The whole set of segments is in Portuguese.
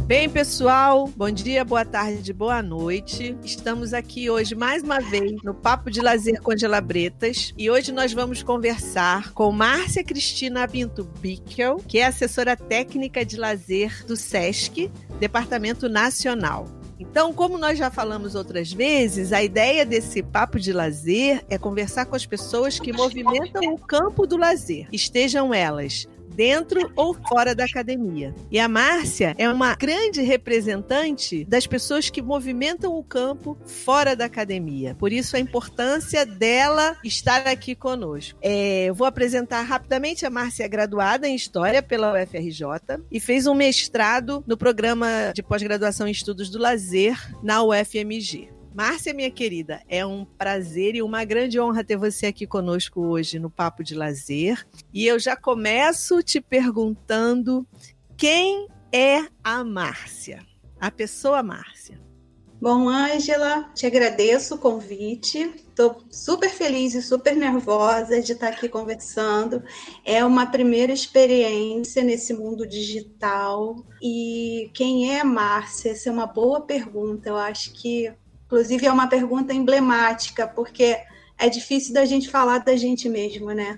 Bem, pessoal, bom dia, boa tarde, boa noite. Estamos aqui hoje mais uma vez no Papo de Lazer com Gelabretas e hoje nós vamos conversar com Márcia Cristina Pinto Bickel, que é assessora técnica de lazer do SESC, Departamento Nacional. Então, como nós já falamos outras vezes, a ideia desse Papo de Lazer é conversar com as pessoas que movimentam o campo do lazer, estejam elas dentro ou fora da academia. E a Márcia é uma grande representante das pessoas que movimentam o campo fora da academia. Por isso a importância dela estar aqui conosco. Eu vou apresentar rapidamente. A Márcia é graduada em História pela UFRJ e fez um mestrado no programa de pós-graduação em Estudos do Lazer na UFMG. Márcia, minha querida, é um prazer e uma grande honra ter você aqui conosco hoje no Papo de Lazer. E eu já começo te perguntando quem é a Márcia, a pessoa Márcia. Bom, Ângela, te agradeço o convite. Estou super feliz e super nervosa de estar aqui conversando. É uma primeira experiência nesse mundo digital. E quem é a Márcia? Essa é uma boa pergunta. Eu acho que inclusive, é uma pergunta emblemática, porque é difícil da gente falar da gente mesmo, né?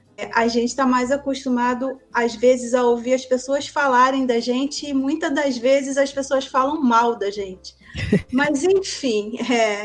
A gente está mais acostumado, às vezes, a ouvir as pessoas falarem da gente e muitas das vezes as pessoas falam mal da gente. Mas, enfim,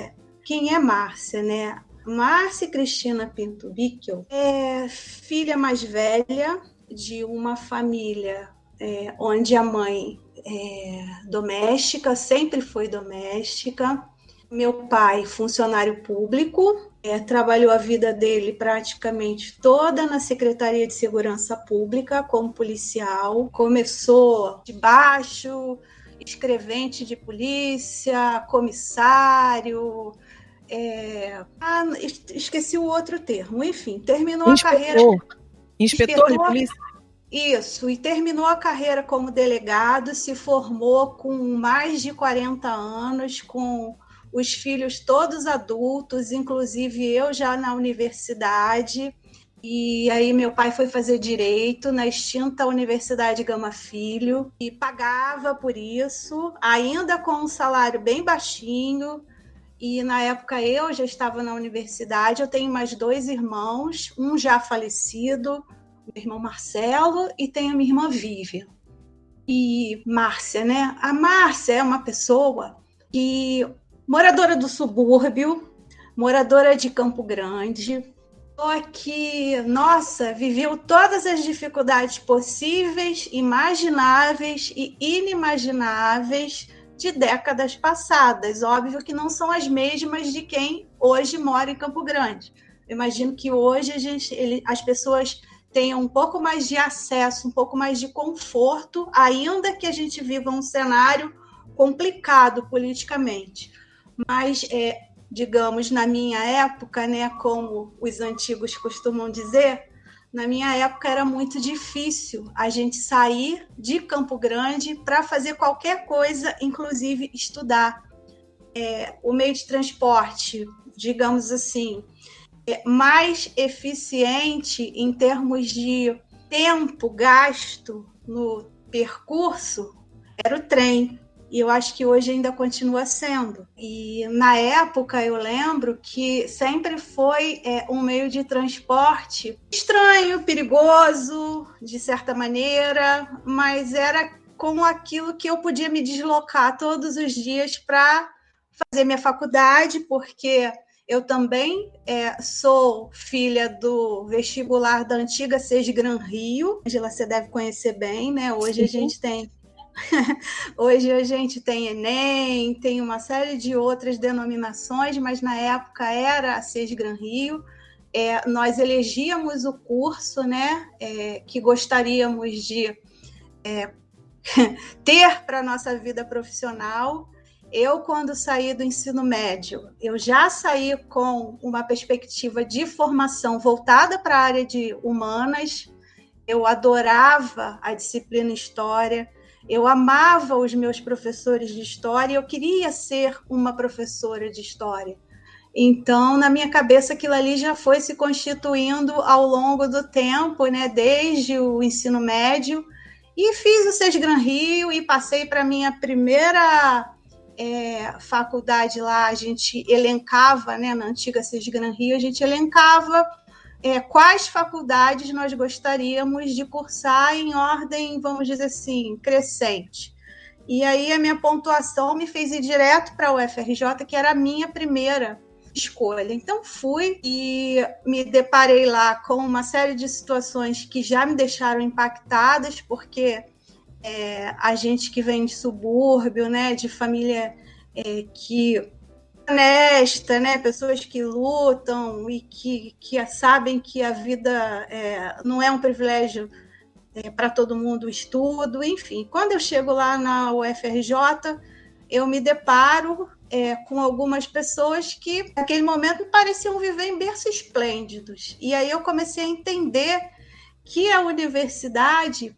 quem é Márcia, né? Márcia Cristina Pinto Bickel é filha mais velha de uma família onde a mãe é doméstica, sempre foi doméstica. Meu pai, funcionário público, trabalhou a vida dele praticamente toda na Secretaria de Segurança Pública como policial. Começou de baixo, escrevente de polícia, comissário. Esqueci o outro termo. Enfim, terminou a carreira. Inspetor de polícia? Isso, e terminou a carreira como delegado, se formou com mais de 40 anos, com os filhos todos adultos, inclusive eu já na universidade. E aí meu pai foi fazer direito na extinta Universidade Gama Filho e pagava por isso, ainda com um salário bem baixinho. E na época eu já estava na universidade, eu tenho mais 2 irmãos, um já falecido, meu irmão Marcelo, e tenho a minha irmã Vivian. E Márcia, né? A Márcia é uma pessoa que moradora do subúrbio, moradora de Campo Grande, só que, nossa, viveu todas as dificuldades possíveis, imagináveis e inimagináveis de décadas passadas. Óbvio que não são as mesmas de quem hoje mora em Campo Grande. Eu imagino que hoje as pessoas tenham um pouco mais de acesso, um pouco mais de conforto, ainda que a gente viva um cenário complicado politicamente. Mas, digamos, na minha época, né, como os antigos costumam dizer, na minha época era muito difícil a gente sair de Campo Grande para fazer qualquer coisa, inclusive estudar. O meio de transporte, digamos assim, mais eficiente em termos de tempo gasto no percurso era o trem. E eu acho que hoje ainda continua sendo. E na época eu lembro que sempre foi um meio de transporte estranho, perigoso, de certa maneira, mas era com aquilo que eu podia me deslocar todos os dias para fazer minha faculdade, porque eu também sou filha do vestibular da antiga SES Gran Rio. Angela, você deve conhecer bem, né? Hoje Hoje a gente tem Enem, tem uma série de outras denominações, mas na época era a SES Gran Rio. Nós elegíamos o curso, né, que gostaríamos de ter para a nossa vida profissional. Eu, quando saí do ensino médio, eu já saí com uma perspectiva de formação voltada para a área de humanas. Eu adorava a disciplina História, eu amava os meus professores de História, eu queria ser uma professora de História. Então, na minha cabeça, aquilo ali já foi se constituindo ao longo do tempo, né, desde o ensino médio. E fiz o Sesgran Rio e passei para a minha primeira faculdade lá. A gente elencava, né, na antiga Sesgran Rio, a gente elencava quais faculdades nós gostaríamos de cursar em ordem, vamos dizer assim, crescente. E aí a minha pontuação me fez ir direto para a UFRJ, que era a minha primeira escolha. Então fui e me deparei lá com uma série de situações que já me deixaram impactadas, porque a gente que vem de subúrbio, né, de família que honesta, né, pessoas que lutam e que sabem que a vida não é um privilégio para todo mundo, o estudo, enfim. Quando eu chego lá na UFRJ, eu me deparo com algumas pessoas que, naquele momento, pareciam viver em berços esplêndidos. E aí eu comecei a entender que a universidade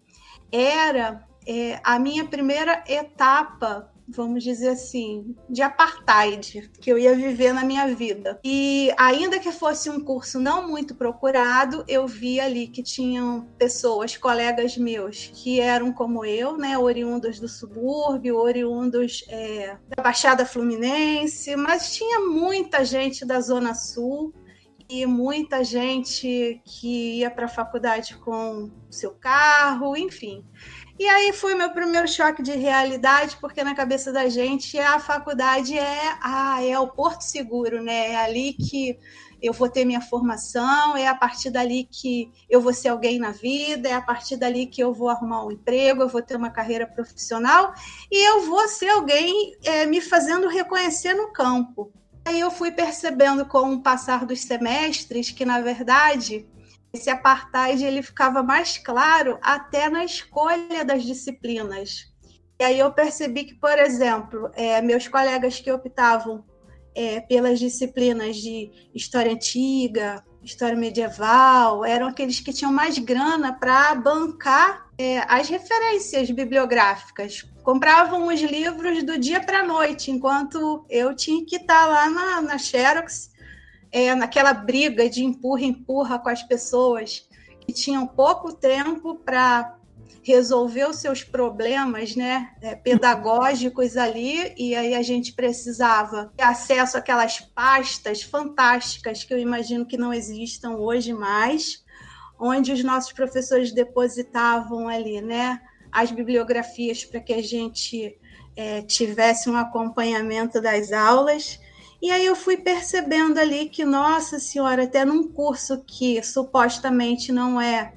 era a minha primeira etapa, vamos dizer assim, de apartheid, que eu ia viver na minha vida. E ainda que fosse um curso não muito procurado, eu vi ali que tinham pessoas, colegas meus, que eram como eu, né, oriundos do subúrbio, oriundos da Baixada Fluminense, mas tinha muita gente da Zona Sul e muita gente que ia para a faculdade com seu carro, enfim. E aí foi meu primeiro choque de realidade, porque na cabeça da gente a faculdade é o porto seguro, né? É ali que eu vou ter minha formação, é a partir dali que eu vou ser alguém na vida, é a partir dali que eu vou arrumar um emprego, eu vou ter uma carreira profissional e eu vou ser alguém me fazendo reconhecer no campo. Aí eu fui percebendo com o passar dos semestres que, na verdade, esse apartheid ele ficava mais claro até na escolha das disciplinas. E aí eu percebi que, por exemplo, meus colegas que optavam pelas disciplinas de história antiga, história medieval, eram aqueles que tinham mais grana para bancar as referências bibliográficas. Compravam os livros do dia para a noite, enquanto eu tinha que estar lá na Xerox, naquela briga de empurra com as pessoas que tinham pouco tempo para resolver os seus problemas, né, pedagógicos ali, e aí a gente precisava ter acesso àquelas pastas fantásticas que eu imagino que não existam hoje mais, onde os nossos professores depositavam ali, né, as bibliografias para que a gente tivesse um acompanhamento das aulas. E aí eu fui percebendo ali que, nossa senhora, até num curso que supostamente não é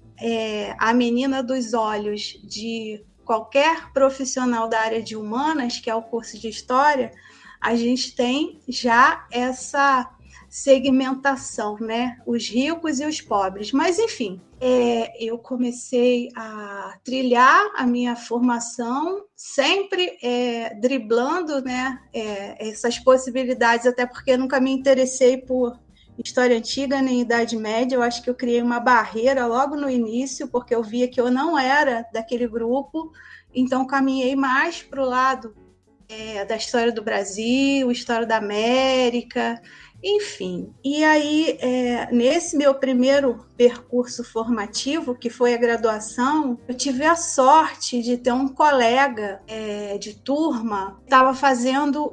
a menina dos olhos de qualquer profissional da área de humanas, que é o curso de História, a gente tem já essa segmentação, né? Os ricos e os pobres. Mas, enfim, eu comecei a trilhar a minha formação, sempre driblando, né, essas possibilidades, até porque eu nunca me interessei por história antiga nem Idade Média. Eu acho que eu criei uma barreira logo no início, porque eu via que eu não era daquele grupo, então caminhei mais para o lado da história do Brasil, história da América, enfim. E aí, nesse meu primeiro percurso formativo, que foi a graduação, eu tive a sorte de ter um colega de turma que estava fazendo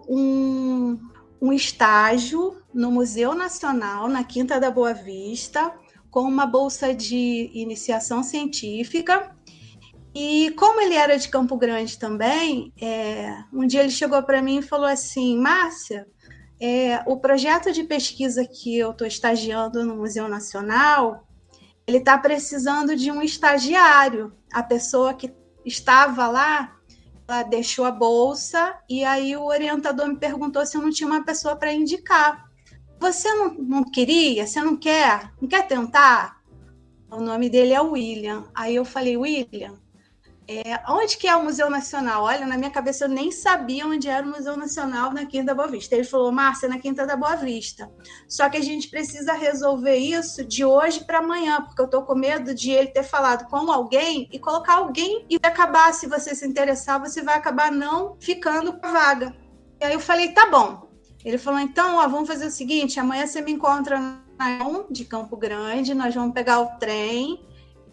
um estágio no Museu Nacional, na Quinta da Boa Vista, com uma bolsa de iniciação científica. E como ele era de Campo Grande também, um dia ele chegou para mim e falou assim: Márcia, o projeto de pesquisa que eu estou estagiando no Museu Nacional, ele está precisando de um estagiário. A pessoa que estava lá, ela deixou a bolsa, e aí o orientador me perguntou se eu não tinha uma pessoa para indicar. Você não queria? Você não quer? Não quer tentar? O nome dele é William. Aí eu falei: William, onde que é o Museu Nacional? Olha, na minha cabeça eu nem sabia onde era o Museu Nacional na Quinta da Boa Vista. Ele falou: Márcia, na Quinta da Boa Vista. Só que a gente precisa resolver isso de hoje para amanhã, porque eu estou com medo de ele ter falado com alguém e colocar alguém e acabar, se você se interessar, você vai acabar não ficando com a vaga. E aí eu falei: tá bom. Ele falou: então, vamos fazer o seguinte, amanhã você me encontra na de Campo Grande, nós vamos pegar o trem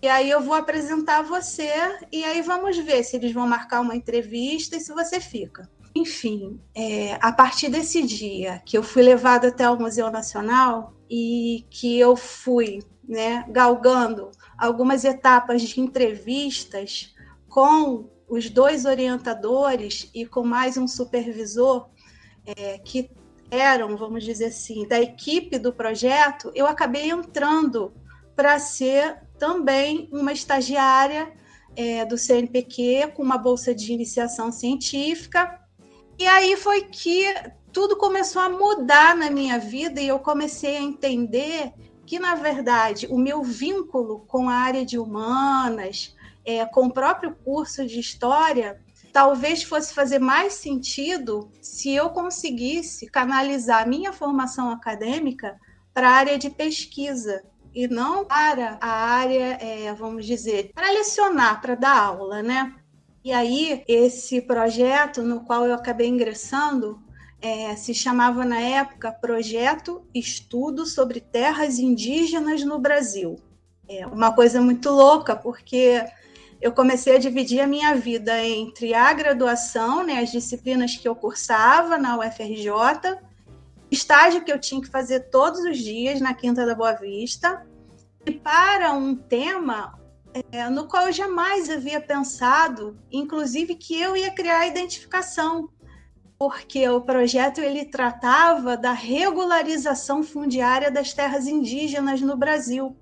E aí eu vou apresentar você e aí vamos ver se eles vão marcar uma entrevista e se você fica. Enfim, a partir desse dia que eu fui levada até o Museu Nacional e que eu fui, né, galgando algumas etapas de entrevistas com os 2 orientadores e com mais um supervisor, que eram, vamos dizer assim, da equipe do projeto, eu acabei entrando para ser também uma estagiária do CNPq, com uma bolsa de iniciação científica. E aí foi que tudo começou a mudar na minha vida e eu comecei a entender que, na verdade, o meu vínculo com a área de humanas, com o próprio curso de História, talvez fosse fazer mais sentido se eu conseguisse canalizar a minha formação acadêmica para a área de pesquisa e não para a área, vamos dizer, para lecionar, para dar aula, né? E aí, esse projeto no qual eu acabei ingressando se chamava, na época, Projeto Estudo sobre Terras Indígenas no Brasil. É uma coisa muito louca, porque eu comecei a dividir a minha vida entre a graduação, né, as disciplinas que eu cursava na UFRJ, estágio que eu tinha que fazer todos os dias na Quinta da Boa Vista, e para um tema no qual eu jamais havia pensado, inclusive, que eu ia criar a identificação, porque o projeto ele tratava da regularização fundiária das terras indígenas no Brasil.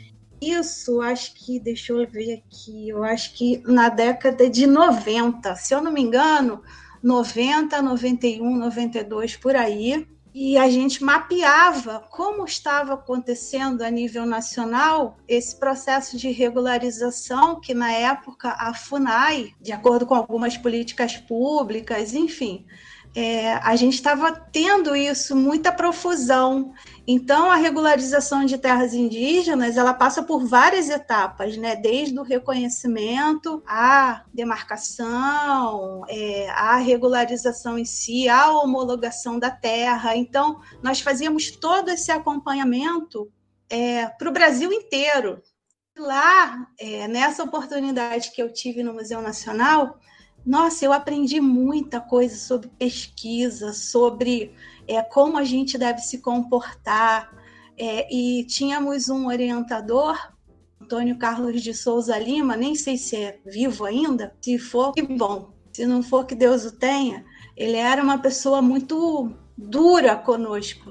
Isso, acho que, deixa eu ver aqui, eu acho que na década de 90, se eu não me engano, 90, 91, 92, por aí, e a gente mapeava como estava acontecendo a nível nacional esse processo de regularização que, na época, a FUNAI, de acordo com algumas políticas públicas, enfim, a gente estava tendo isso, muita profusão. Então, a regularização de terras indígenas, ela passa por várias etapas, né? Desde o reconhecimento, a demarcação, a regularização em si, a homologação da terra. Então, nós fazíamos todo esse acompanhamento para o Brasil inteiro. Lá, nessa oportunidade que eu tive no Museu Nacional, nossa, eu aprendi muita coisa sobre pesquisa, sobre como a gente deve se comportar. E tínhamos um orientador, Antônio Carlos de Souza Lima, nem sei se é vivo ainda, se for, que bom, se não for, que Deus o tenha. Ele era uma pessoa muito dura conosco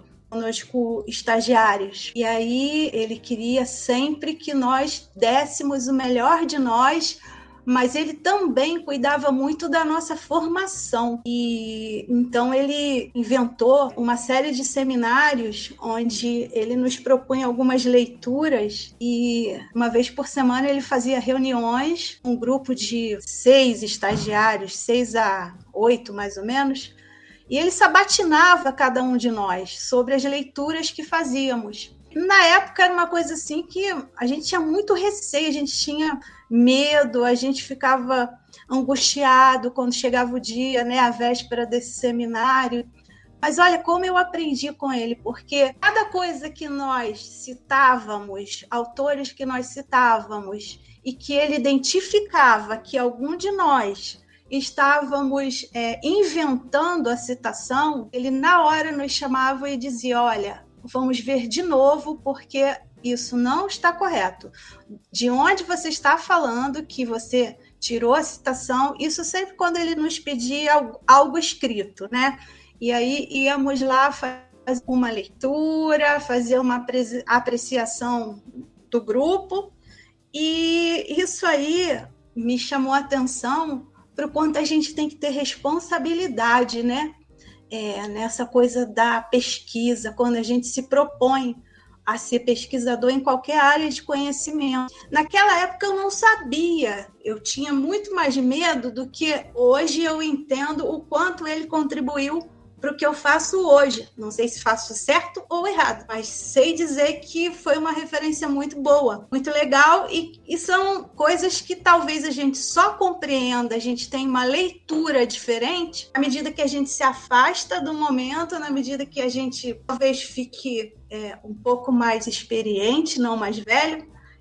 estagiários. E aí ele queria sempre que nós dessemos o melhor de nós, mas ele também cuidava muito da nossa formação. E então ele inventou uma série de seminários onde ele nos propunha algumas leituras e uma vez por semana ele fazia reuniões, um grupo de 6 estagiários, 6 a 8 mais ou menos, e ele sabatinava cada um de nós sobre as leituras que fazíamos. Na época era uma coisa assim que a gente tinha muito receio, a gente tinha medo, a gente ficava angustiado quando chegava o dia, né, a véspera desse seminário. Mas olha como eu aprendi com ele, porque cada coisa que nós citávamos, autores que nós citávamos, e que ele identificava que algum de nós estávamos inventando a citação, ele na hora nos chamava e dizia, olha, vamos ver de novo, porque isso não está correto. De onde você está falando que você tirou a citação? Isso sempre quando ele nos pedia algo escrito, né? E aí íamos lá fazer uma leitura, fazer uma apreciação do grupo, e isso aí me chamou a atenção para o quanto a gente tem que ter responsabilidade, né? Nessa coisa da pesquisa, quando a gente se propõe a ser pesquisador em qualquer área de conhecimento. Naquela época eu não sabia, eu tinha muito mais medo do que hoje eu entendo o quanto ele contribuiu para o que eu faço hoje. Não sei se faço certo ou errado, mas sei dizer que foi uma referência muito boa, muito legal, e são coisas que talvez a gente só compreenda, a gente tem uma leitura diferente à medida que a gente se afasta do momento, na medida que a gente talvez fique um pouco mais experiente, não mais velho,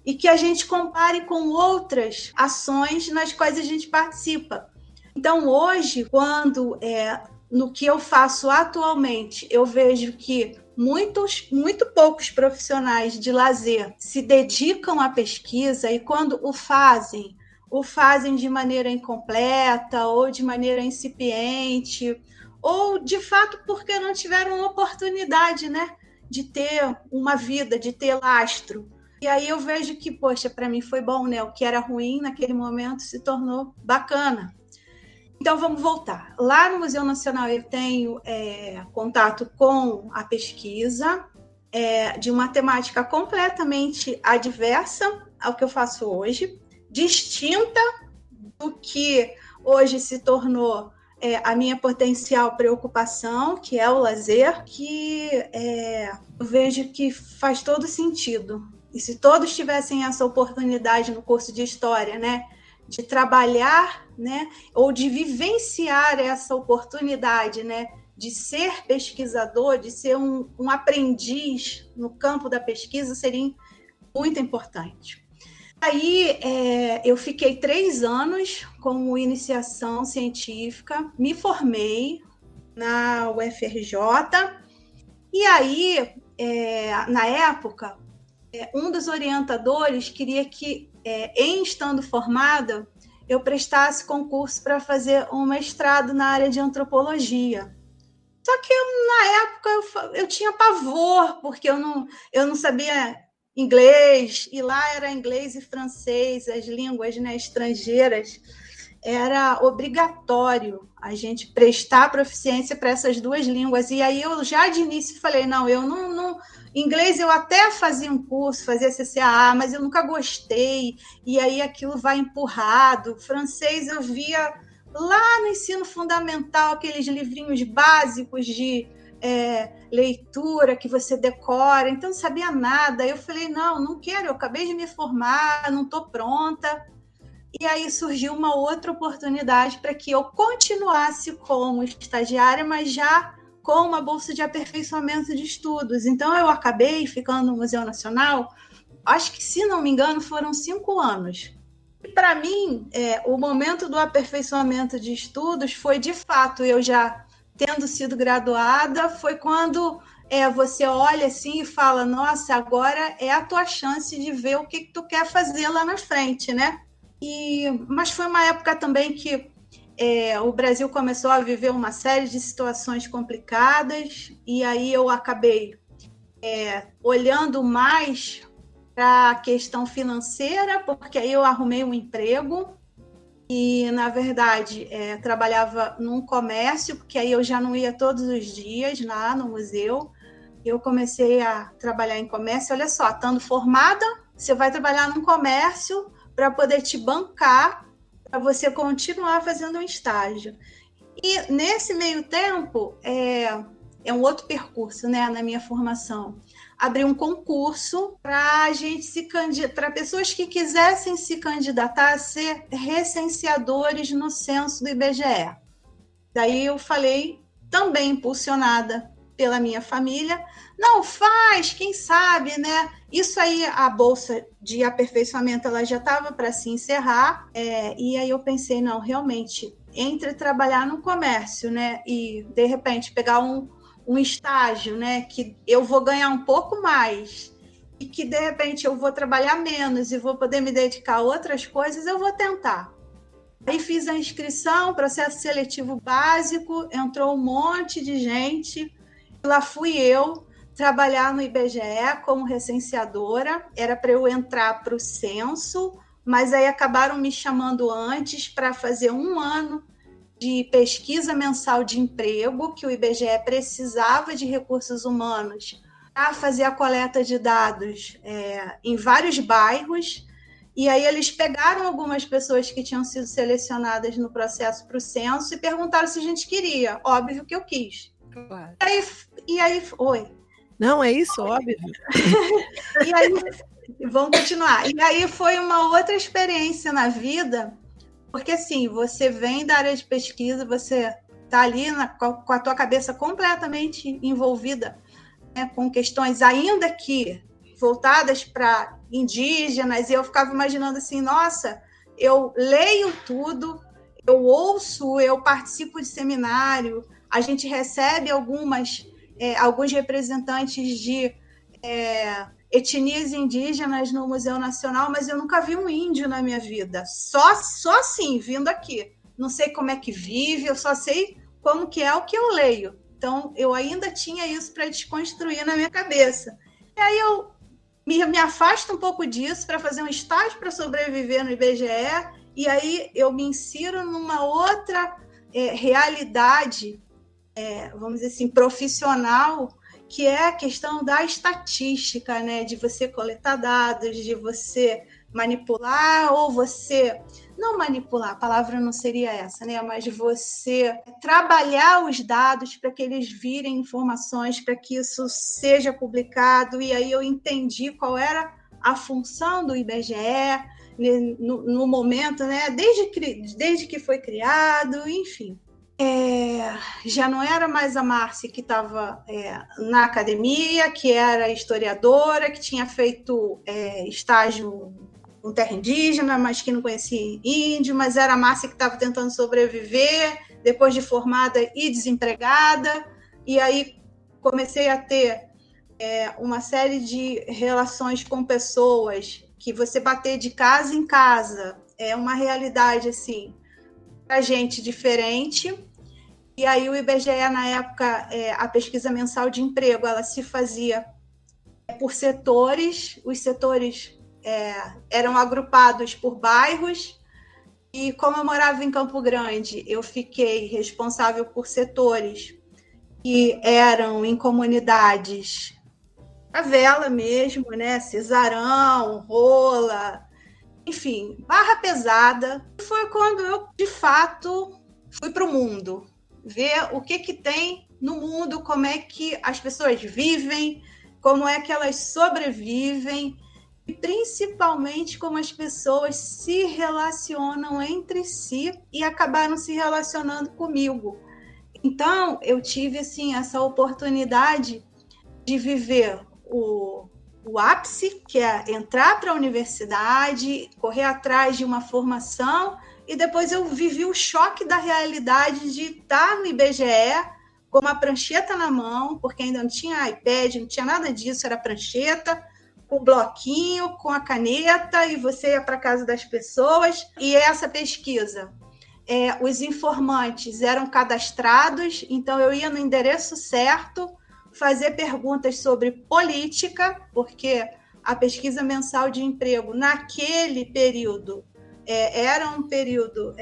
e que a gente compare com outras ações nas quais a gente participa. Então, hoje, quando no que eu faço atualmente, eu vejo que muito poucos profissionais de lazer se dedicam à pesquisa, e quando o fazem de maneira incompleta ou de maneira incipiente, ou de fato porque não tiveram oportunidade, né, de ter uma vida, de ter lastro. E aí eu vejo que, poxa, para mim foi bom, né? O que era ruim naquele momento se tornou bacana. Então, vamos voltar. Lá no Museu Nacional eu tenho contato com a pesquisa de uma temática completamente adversa ao que eu faço hoje, distinta do que hoje se tornou a minha potencial preocupação, que é o lazer, que eu vejo que faz todo sentido. E se todos tivessem essa oportunidade no curso de História, né, de trabalhar, né, ou de vivenciar essa oportunidade, né, de ser pesquisador, de ser um aprendiz no campo da pesquisa, seria muito importante. Aí eu fiquei 3 anos como iniciação científica, me formei na UFRJ, e aí, na época, um dos orientadores queria que, em estando formada, eu prestasse concurso para fazer um mestrado na área de antropologia. Só que na época eu tinha pavor, porque eu não sabia inglês, e lá era inglês e francês, as línguas, né, estrangeiras. Era obrigatório a gente prestar proficiência para essas 2 línguas. E aí eu já de início falei, não, eu não... Inglês eu até fazia um curso, fazia CCAA, mas eu nunca gostei, e aí aquilo vai empurrado. Francês eu via lá no ensino fundamental, aqueles livrinhos básicos de leitura que você decora, então não sabia nada. Eu falei, não quero, eu acabei de me formar, não estou pronta. E aí surgiu uma outra oportunidade para que eu continuasse como estagiária, mas já com uma bolsa de aperfeiçoamento de estudos. Então, eu acabei ficando no Museu Nacional, acho que, se não me engano, foram 5 anos. E, para mim, o momento do aperfeiçoamento de estudos foi, de fato, eu já tendo sido graduada, foi quando você olha assim e fala, nossa, agora é a tua chance de ver o que tu quer fazer lá na frente, né? Mas foi uma época também que o Brasil começou a viver uma série de situações complicadas, e aí eu acabei olhando mais para a questão financeira, porque aí eu arrumei um emprego e, na verdade, trabalhava num comércio, porque aí eu já não ia todos os dias lá no museu. Eu comecei a trabalhar em comércio. Olha só, estando formada, você vai trabalhar num comércio para poder te bancar, para você continuar fazendo um estágio. E nesse meio tempo, é um outro percurso, né, na minha formação. Abri um concurso para a gente se candidatar, para pessoas que quisessem se candidatar a ser recenseadores no censo do IBGE. Daí eu falei, também impulsionada pela minha família, não, faz, quem sabe, né? Isso aí, a bolsa de aperfeiçoamento, ela já estava para se encerrar, e aí eu pensei, não, realmente, entre trabalhar no comércio, né, e de repente pegar um estágio, né, que eu vou ganhar um pouco mais e que de repente eu vou trabalhar menos e vou poder me dedicar a outras coisas, eu vou tentar. Aí fiz a inscrição, processo seletivo básico, entrou um monte de gente, lá fui eu trabalhar no IBGE como recenseadora, era para eu entrar para o censo, mas aí acabaram me chamando antes para fazer 1 ano de pesquisa mensal de emprego, que o IBGE precisava de recursos humanos para fazer a coleta de dados em vários bairros, e aí eles pegaram algumas pessoas que tinham sido selecionadas no processo para o censo e perguntaram se a gente queria. Óbvio que eu quis. Claro. E aí oi. Não, é isso, óbvio. E aí, vamos continuar. E aí foi uma outra experiência na vida, porque assim, você vem da área de pesquisa, você está ali com a tua cabeça completamente envolvida, né, com questões, ainda que voltadas para indígenas, e eu ficava imaginando assim, nossa, eu leio tudo, eu ouço, eu participo de seminário, a gente recebe alguns representantes de etnias indígenas no Museu Nacional, mas eu nunca vi um índio na minha vida, só assim, vindo aqui. Não sei como é que vive, eu só sei como que é o que eu leio. Então, eu ainda tinha isso para desconstruir na minha cabeça. E aí eu me afasto um pouco disso para fazer um estágio para sobreviver no IBGE, e aí eu me insiro numa outra realidade, vamos dizer assim, profissional, que é a questão da estatística, né? De você coletar dados, de você manipular, ou você... Não manipular, a palavra não seria essa, né? Mas de você trabalhar os dados para que eles virem informações, para que isso seja publicado. E aí eu entendi qual era a função do IBGE no momento, né? Desde que foi criado, enfim. Já não era mais a Márcia que estava na academia, que era historiadora, que tinha feito estágio com terra indígena, mas que não conhecia índio, mas era a Márcia que estava tentando sobreviver, depois de formada e desempregada, e aí comecei a ter uma série de relações com pessoas, que você bater de casa em casa é uma realidade, assim, para gente diferente. E aí o IBGE, na época, a pesquisa mensal de emprego, ela se fazia por setores, os setores eram agrupados por bairros, e como eu morava em Campo Grande, eu fiquei responsável por setores que eram em comunidades, favela mesmo, né? Cesarão, Rola, enfim, barra pesada. Foi quando eu, de fato, fui para o mundo, ver o que tem no mundo, como é que as pessoas vivem, como é que elas sobrevivem, e principalmente como as pessoas se relacionam entre si e acabaram se relacionando comigo. Então, eu tive assim, essa oportunidade de viver o ápice, que é entrar para a universidade, correr atrás de uma formação, e depois eu vivi o choque da realidade de estar no IBGE com uma prancheta na mão, porque ainda não tinha iPad, não tinha nada disso, era prancheta, com o bloquinho, com a caneta, e você ia para a casa das pessoas. E essa pesquisa, os informantes eram cadastrados, então eu ia no endereço certo, fazer perguntas sobre política, porque a pesquisa mensal de emprego, naquele período, era um período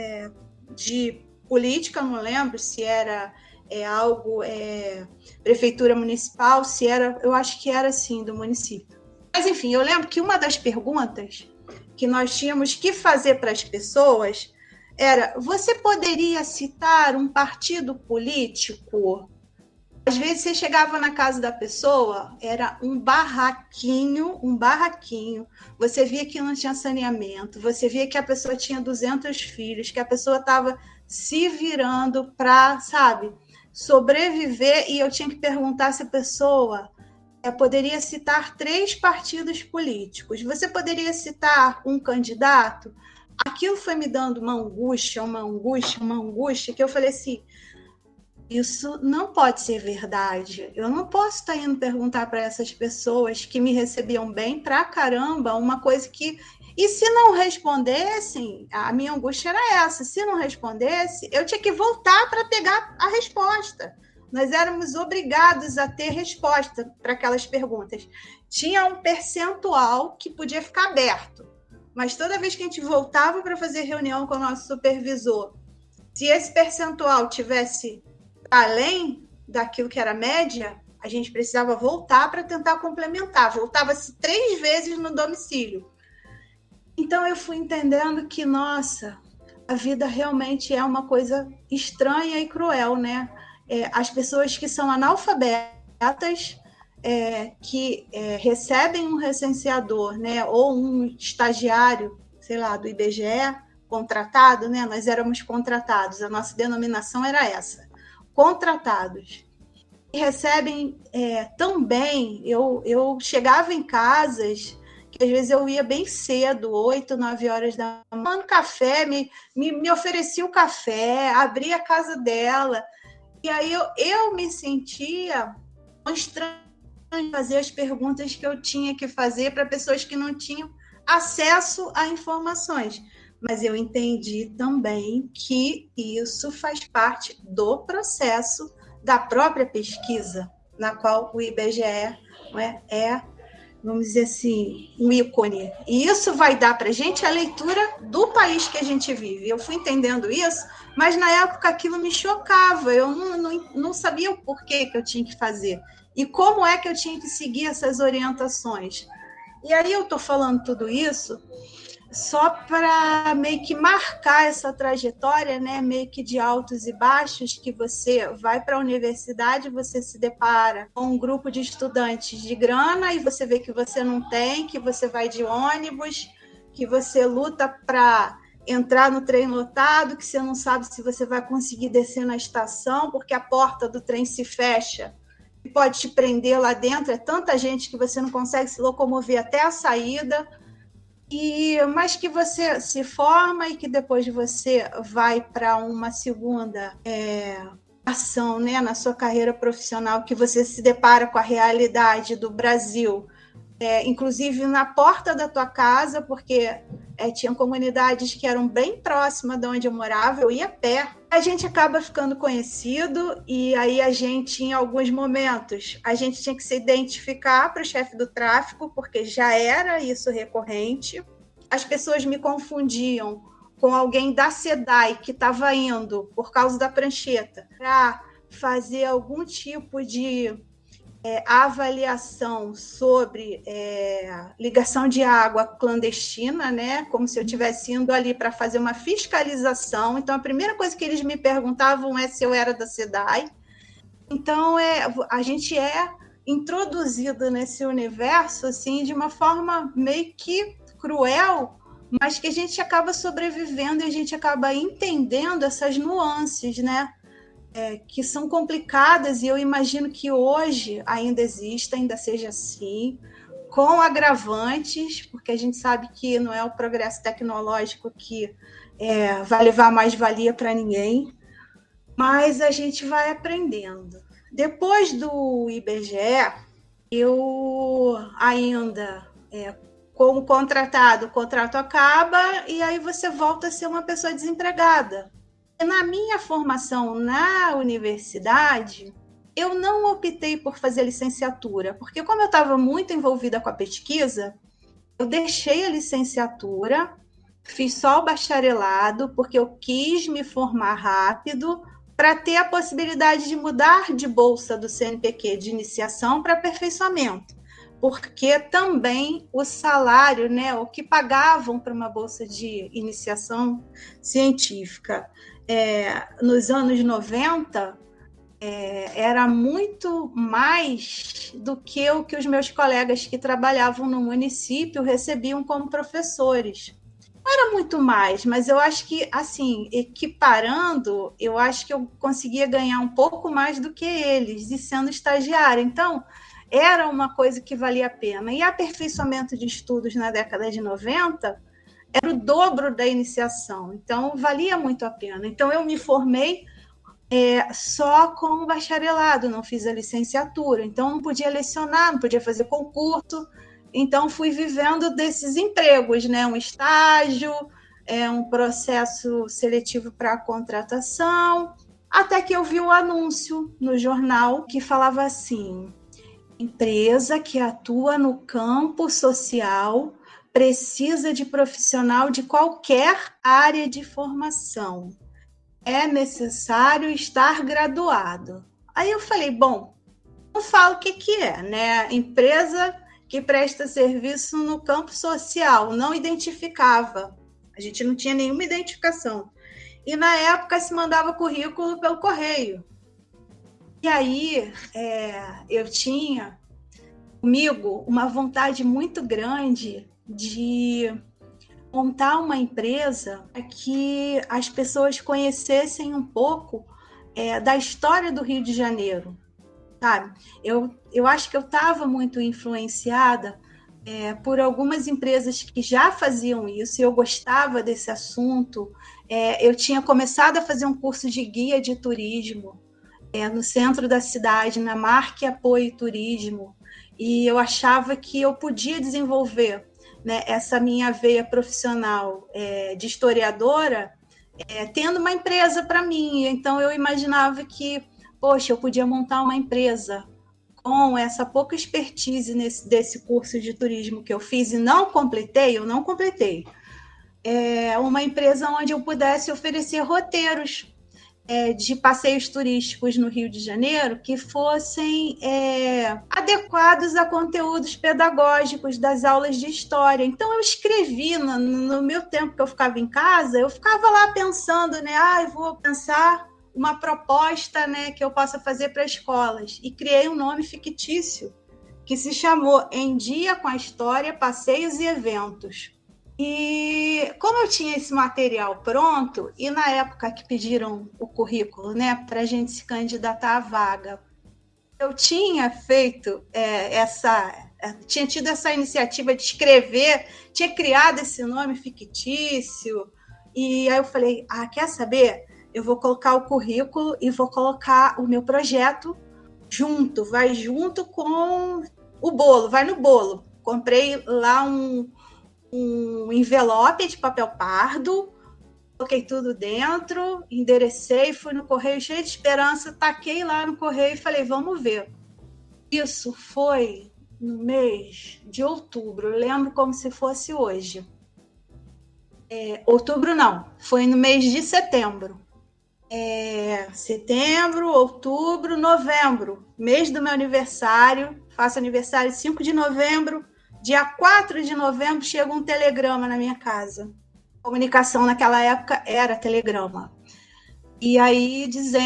de política, não lembro se era algo prefeitura municipal, se era, eu acho que era assim, do município. Mas, enfim, eu lembro que uma das perguntas que nós tínhamos que fazer para as pessoas era: você poderia citar um partido político? Às vezes você chegava na casa da pessoa, era um barraquinho, você via que não tinha saneamento, você via que a pessoa tinha 200 filhos, que a pessoa estava se virando para, sabe, sobreviver, e eu tinha que perguntar se a pessoa poderia citar 3 partidos políticos. Você poderia citar um candidato? Aquilo foi me dando uma angústia, que eu falei assim: isso não pode ser verdade. Eu não posso estar indo perguntar para essas pessoas que me recebiam bem pra caramba uma coisa que... E se não respondessem, a minha angústia era essa: se não respondesse, eu tinha que voltar para pegar a resposta. Nós éramos obrigados a ter resposta para aquelas perguntas. Tinha um percentual que podia ficar aberto, mas toda vez que a gente voltava para fazer reunião com o nosso supervisor, se esse percentual tivesse além daquilo que era média, a gente precisava voltar para tentar complementar. Voltava-se 3 vezes no domicílio. Então eu fui entendendo que, nossa, a vida realmente é uma coisa estranha e cruel, né? As pessoas que são analfabetas, que recebem um recenseador, né, ou um estagiário, sei lá, do IBGE, contratado, né? Nós éramos contratados, a nossa denominação era essa, contratados. recebem tão bem. Eu chegava em casas que às vezes eu ia bem cedo, 8, 9 horas da manhã, tomando café, me oferecia o café, abria a casa dela, e aí eu me sentia estranha fazer as perguntas que eu tinha que fazer para pessoas que não tinham acesso a informações. Mas eu entendi também que isso faz parte do processo da própria pesquisa, na qual o IBGE vamos dizer assim, um ícone. E isso vai dar para a gente a leitura do país que a gente vive. Eu fui entendendo isso, mas na época aquilo me chocava. Eu não sabia o porquê que eu tinha que fazer e como é que eu tinha que seguir essas orientações. E aí eu estou falando tudo isso só para meio que marcar essa trajetória, né, meio que de altos e baixos, que você vai para a universidade, você se depara com um grupo de estudantes de grana e você vê que você não tem, que você vai de ônibus, que você luta para entrar no trem lotado, que você não sabe se você vai conseguir descer na estação, porque a porta do trem se fecha e pode te prender lá dentro, é tanta gente que você não consegue se locomover até a saída. Mas que você se forma e que depois você vai para uma segunda ação, né, na sua carreira profissional, que você se depara com a realidade do Brasil, inclusive na porta da tua casa, porque tinha comunidades que eram bem próximas de onde eu morava, eu ia a pé. A gente acaba ficando conhecido e aí a gente, em alguns momentos, a gente tinha que se identificar para o chefe do tráfico, porque já era isso recorrente. As pessoas me confundiam com alguém da SEDAI que estava indo, por causa da prancheta, para fazer algum tipo de avaliação sobre ligação de água clandestina, né? Como se eu estivesse indo ali para fazer uma fiscalização. Então, a primeira coisa que eles me perguntavam é se eu era da SEDAI. Então, a gente é introduzido nesse universo assim, de uma forma meio que cruel, mas que a gente acaba sobrevivendo e a gente acaba entendendo essas nuances, né? Que são complicadas, e eu imagino que hoje ainda exista, ainda seja assim, com agravantes, porque a gente sabe que não é o progresso tecnológico que vai levar mais valia para ninguém, mas a gente vai aprendendo. Depois do IBGE, eu ainda, como contratado, o contrato acaba e aí você volta a ser uma pessoa desempregada. Na minha formação na universidade, eu não optei por fazer licenciatura, porque como eu estava muito envolvida com a pesquisa, eu deixei a licenciatura, fiz só o bacharelado, porque eu quis me formar rápido para ter a possibilidade de mudar de bolsa do CNPq de iniciação para aperfeiçoamento, porque também o salário, né, o que pagavam para uma bolsa de iniciação científica nos anos 90 era muito mais do que o que os meus colegas que trabalhavam no município recebiam como professores. Não era muito mais, mas eu acho que, assim, equiparando, eu acho que eu conseguia ganhar um pouco mais do que eles, e sendo estagiária. Então, era uma coisa que valia a pena. E aperfeiçoamento de estudos na década de 90 era o dobro da iniciação, então valia muito a pena. Então eu me formei só com o bacharelado, não fiz a licenciatura, então não podia lecionar, não podia fazer concurso, então fui vivendo desses empregos, né? Um estágio, um processo seletivo para contratação, até que eu vi um anúncio no jornal que falava assim: empresa que atua no campo social precisa de profissional de qualquer área de formação. É necessário estar graduado. Aí eu falei, bom, não falo o que é, né? Empresa que presta serviço no campo social, não identificava. A gente não tinha nenhuma identificação. E na época se mandava currículo pelo correio. E aí eu tinha comigo uma vontade muito grande de montar uma empresa para que as pessoas conhecessem um pouco da história do Rio de Janeiro. sabe? Eu acho que eu estava muito influenciada por algumas empresas que já faziam isso, e eu gostava desse assunto. Eu tinha começado a fazer um curso de guia de turismo no centro da cidade, na Marque Apoio Turismo, e eu achava que eu podia desenvolver, né, essa minha veia profissional de historiadora, tendo uma empresa para mim. Então eu imaginava que, poxa, eu podia montar uma empresa com essa pouca expertise desse curso de turismo que eu fiz e eu não completei. Uma empresa onde eu pudesse oferecer roteiros de passeios turísticos no Rio de Janeiro que fossem adequados a conteúdos pedagógicos das aulas de história. Então, eu escrevi no meu tempo que eu ficava em casa, eu ficava lá pensando, né? Eu vou pensar uma proposta, né, que eu possa fazer para escolas. E criei um nome fictício que se chamou Em Dia com a História, Passeios e Eventos. E como eu tinha esse material pronto, e na época que pediram o currículo, né, para a gente se candidatar à vaga, eu tinha feito tinha tido essa iniciativa de escrever, tinha criado esse nome fictício, e aí eu falei, quer saber? Eu vou colocar o currículo e vou colocar o meu projeto vai junto com o bolo, vai no bolo. Comprei lá um envelope de papel pardo, coloquei tudo dentro, enderecei, fui no correio cheio de esperança, taquei lá no correio e falei, vamos ver. Isso foi no mês de outubro, eu lembro como se fosse hoje. Outubro não, foi no mês de setembro. Setembro, outubro, novembro, mês do meu aniversário, faço aniversário 5 de novembro, dia 4 de novembro chega um telegrama na minha casa. A comunicação naquela época era telegrama. E aí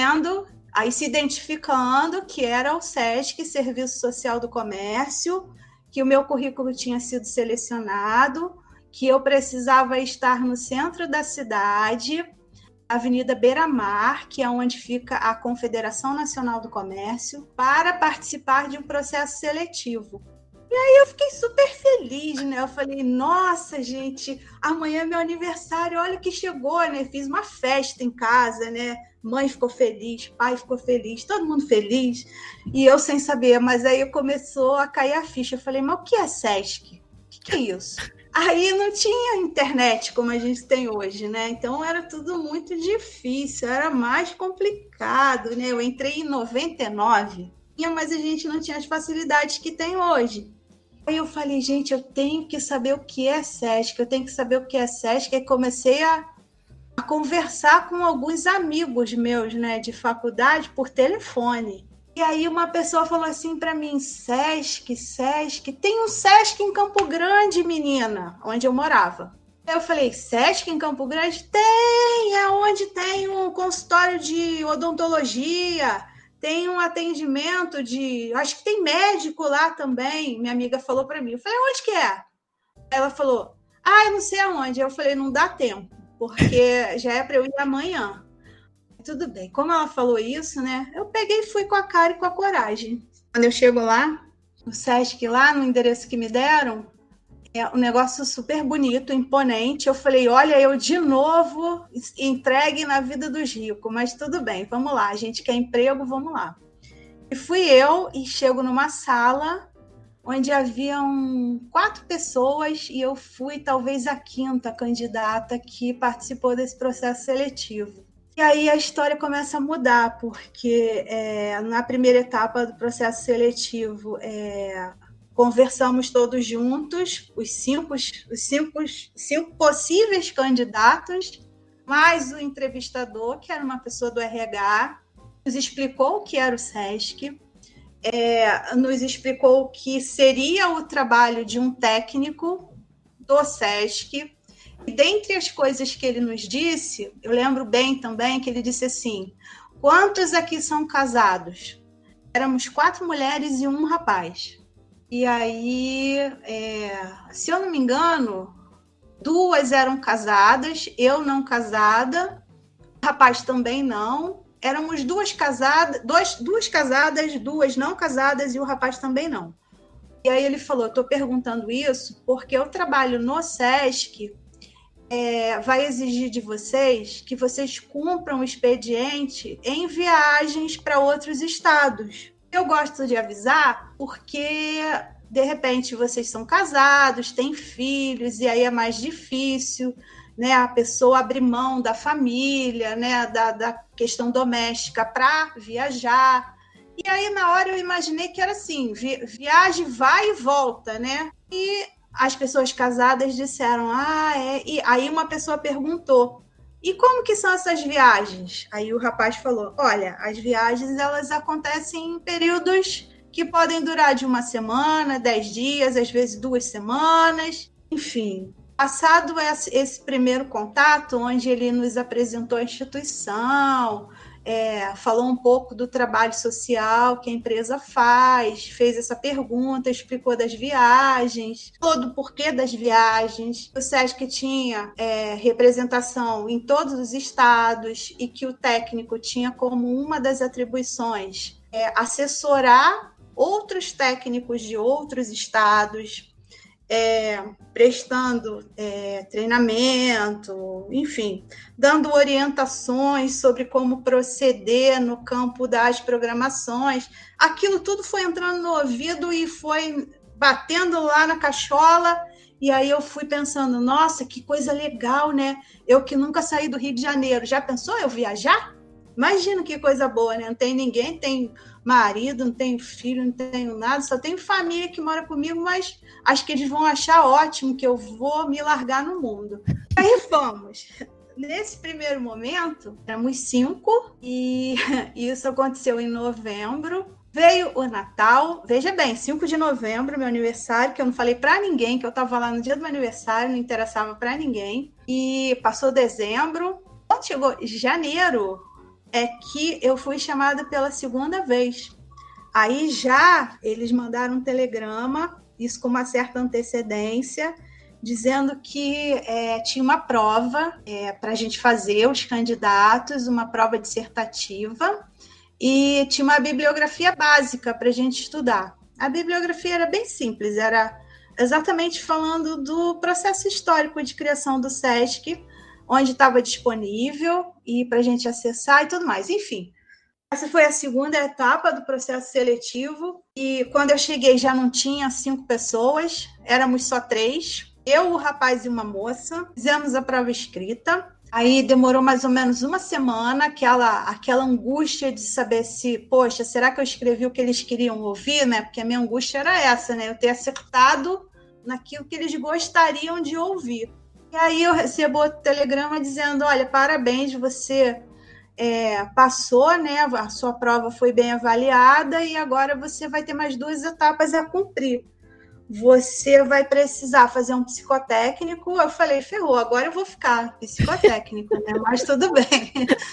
se identificando que era o SESC, Serviço Social do Comércio, que o meu currículo tinha sido selecionado, que eu precisava estar no centro da cidade, Avenida Beira-Mar, que é onde fica a Confederação Nacional do Comércio, para participar de um processo seletivo. E aí eu fiquei super feliz, né? Eu falei, nossa, gente, amanhã é meu aniversário, olha o que chegou, né? Fiz uma festa em casa, né? Mãe ficou feliz, pai ficou feliz, todo mundo feliz. E eu sem saber, mas aí começou a cair a ficha. Eu falei, mas o que é SESC? O que é isso? Aí não tinha internet como a gente tem hoje, né? Então era tudo muito difícil, era mais complicado, né? Eu entrei em 99, mas a gente não tinha as facilidades que tem hoje. Aí eu falei, gente, eu tenho que saber o que é SESC, Aí comecei a conversar com alguns amigos meus, né, de faculdade por telefone. E aí uma pessoa falou assim para mim, SESC, tem um SESC em Campo Grande, menina, onde eu morava. Eu falei, SESC em Campo Grande? Tem, é onde tem um consultório de odontologia, tem um atendimento acho que tem médico lá também, minha amiga falou para mim. Eu falei, onde que é? Ela falou, eu não sei aonde. Eu falei, não dá tempo, porque já é para eu ir amanhã. Tudo bem. Como ela falou isso, né? Eu peguei e fui com a cara e com a coragem. Quando eu chego lá, no SESC, lá no endereço que me deram, um negócio super bonito, imponente. Eu falei, olha, eu de novo entregue na vida dos ricos, mas tudo bem, vamos lá, a gente quer emprego, vamos lá. E fui eu e chego numa sala onde haviam 4 pessoas e eu fui talvez a 5ª candidata que participou desse processo seletivo. E aí a história começa a mudar, porque na primeira etapa do processo seletivo, conversamos todos juntos, os cinco possíveis candidatos, mais o entrevistador, que era uma pessoa do RH, nos explicou o que era o SESC, nos explicou o que seria o trabalho de um técnico do SESC. E dentre as coisas que ele nos disse, eu lembro bem também que ele disse assim, quantos aqui são casados? Éramos 4 mulheres e 1 rapaz. E aí, se eu não me engano, 2 eram casadas, eu não casada, o rapaz também não, éramos duas casadas, duas não casadas e o rapaz também não. E aí ele falou, estou perguntando isso porque eu trabalho no SESC, vai exigir de vocês que vocês cumpram o expediente em viagens para outros estados. Eu gosto de avisar porque, de repente, vocês são casados, têm filhos, e aí é mais difícil, né, a pessoa abrir mão da família, né, da questão doméstica para viajar. E aí, na hora, eu imaginei que era assim, viagem vai e volta, né? E as pessoas casadas disseram, E aí uma pessoa perguntou, e como que são essas viagens? Aí o rapaz falou, olha, as viagens, elas acontecem em períodos que podem durar de 1 semana, 10 dias, às vezes 2 semanas, enfim. Passado esse primeiro contato, onde ele nos apresentou a instituição, falou um pouco do trabalho social que a empresa faz, fez essa pergunta, explicou das viagens, todo o porquê das viagens. O SESC tinha representação em todos os estados e que o técnico tinha como uma das atribuições assessorar outros técnicos de outros estados, prestando treinamento, enfim, dando orientações sobre como proceder no campo das programações. Aquilo tudo foi entrando no ouvido e foi batendo lá na cachola, e aí eu fui pensando, nossa, que coisa legal, né? Eu que nunca saí do Rio de Janeiro, já pensou eu viajar? Imagina que coisa boa, né? Não tem ninguém, tem marido, não tenho filho, não tenho nada, só tenho família que mora comigo, mas acho que eles vão achar ótimo que eu vou me largar no mundo. Aí fomos. Nesse primeiro momento, éramos 5 e isso aconteceu em novembro. Veio o Natal, veja bem, 5 de novembro, meu aniversário, que eu não falei para ninguém, que eu estava lá no dia do meu aniversário, não interessava para ninguém. E passou dezembro. Quando chegou janeiro, é que eu fui chamada pela segunda vez. Aí já eles mandaram um telegrama, isso com uma certa antecedência, dizendo que tinha uma prova para a gente fazer, os candidatos, uma prova dissertativa, e tinha uma bibliografia básica para a gente estudar. A bibliografia era bem simples, era exatamente falando do processo histórico de criação do SESC, onde estava disponível e para a gente acessar e tudo mais. Enfim, essa foi a segunda etapa do processo seletivo e quando eu cheguei já não tinha 5 pessoas, éramos só 3, eu, o rapaz e uma moça. Fizemos a prova escrita, aí demorou mais ou menos 1 semana, aquela angústia de saber se, poxa, será que eu escrevi o que eles queriam ouvir, né? Porque a minha angústia era essa, né? Eu ter acertado naquilo que eles gostariam de ouvir. E aí eu recebo outro telegrama dizendo, olha, parabéns, você passou, né? A sua prova foi bem avaliada e agora você vai ter mais 2 etapas a cumprir. Você vai precisar fazer um psicotécnico. Eu falei, ferrou, agora eu vou ficar psicotécnico, né? Mas tudo bem.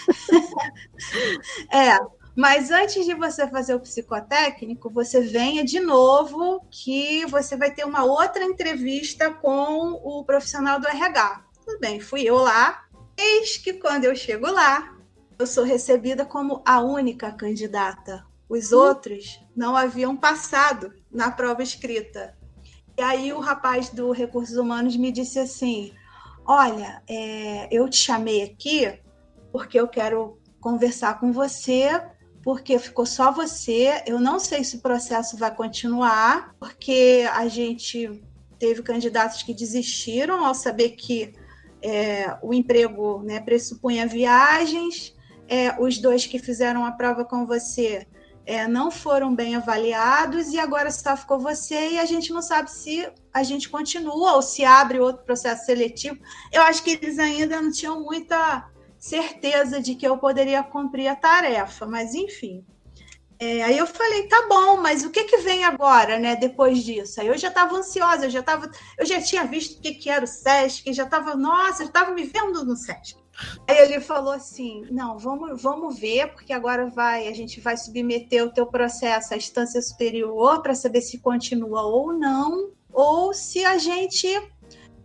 Mas antes de você fazer o psicotécnico, você venha de novo, que você vai ter uma outra entrevista com o profissional do RH. Tudo bem, fui eu lá. Eis que quando eu chego lá, eu sou recebida como a única candidata. Os outros não haviam passado na prova escrita. E aí o rapaz do Recursos Humanos me disse assim, olha, eu te chamei aqui porque eu quero conversar com você, porque ficou só você, eu não sei se o processo vai continuar, porque a gente teve candidatos que desistiram ao saber que o emprego, né, pressupunha viagens, os 2 que fizeram a prova com você não foram bem avaliados e agora só ficou você e a gente não sabe se a gente continua ou se abre outro processo seletivo. Eu acho que eles ainda não tinham muita certeza de que eu poderia cumprir a tarefa, mas enfim. Aí eu falei, tá bom, mas o que vem agora, né, depois disso? Aí eu já estava ansiosa, eu já tinha visto o que era o SESC, eu estava me vendo no SESC. Aí ele falou assim, não, vamos ver, porque agora a gente vai submeter o teu processo à instância superior para saber se continua ou não, ou se a gente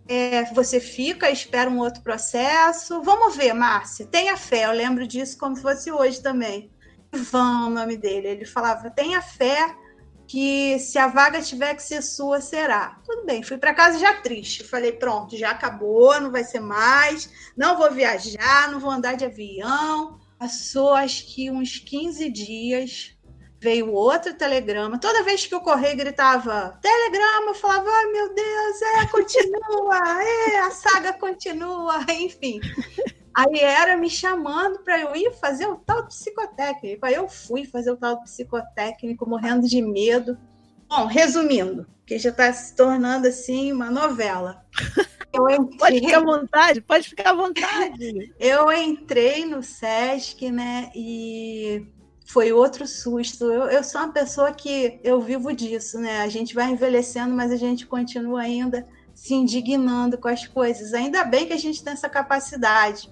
você fica, espera um outro processo. Vamos ver, Márcia, tenha fé. Eu lembro disso como se fosse hoje também. Ivan, o nome dele. Ele falava, tenha fé que se a vaga tiver que ser sua, será. Tudo bem, fui para casa já triste. Falei, pronto, já acabou, não vai ser mais. Não vou viajar, não vou andar de avião. Passou, acho que uns 15 dias... Veio outro telegrama. Toda vez que o correio gritava telegrama, eu falava, ai meu Deus, continua, a saga continua, enfim. Aí era me chamando para eu ir fazer o tal do psicotécnico. Aí eu fui fazer o tal do psicotécnico, morrendo de medo. Bom, resumindo, que já está se tornando assim uma novela. Pode ficar à vontade, pode ficar à vontade. Eu entrei no SESC, né, e... foi outro susto. Eu sou uma pessoa que eu vivo disso, né? A gente vai envelhecendo, mas a gente continua ainda se indignando com as coisas. Ainda bem que a gente tem essa capacidade.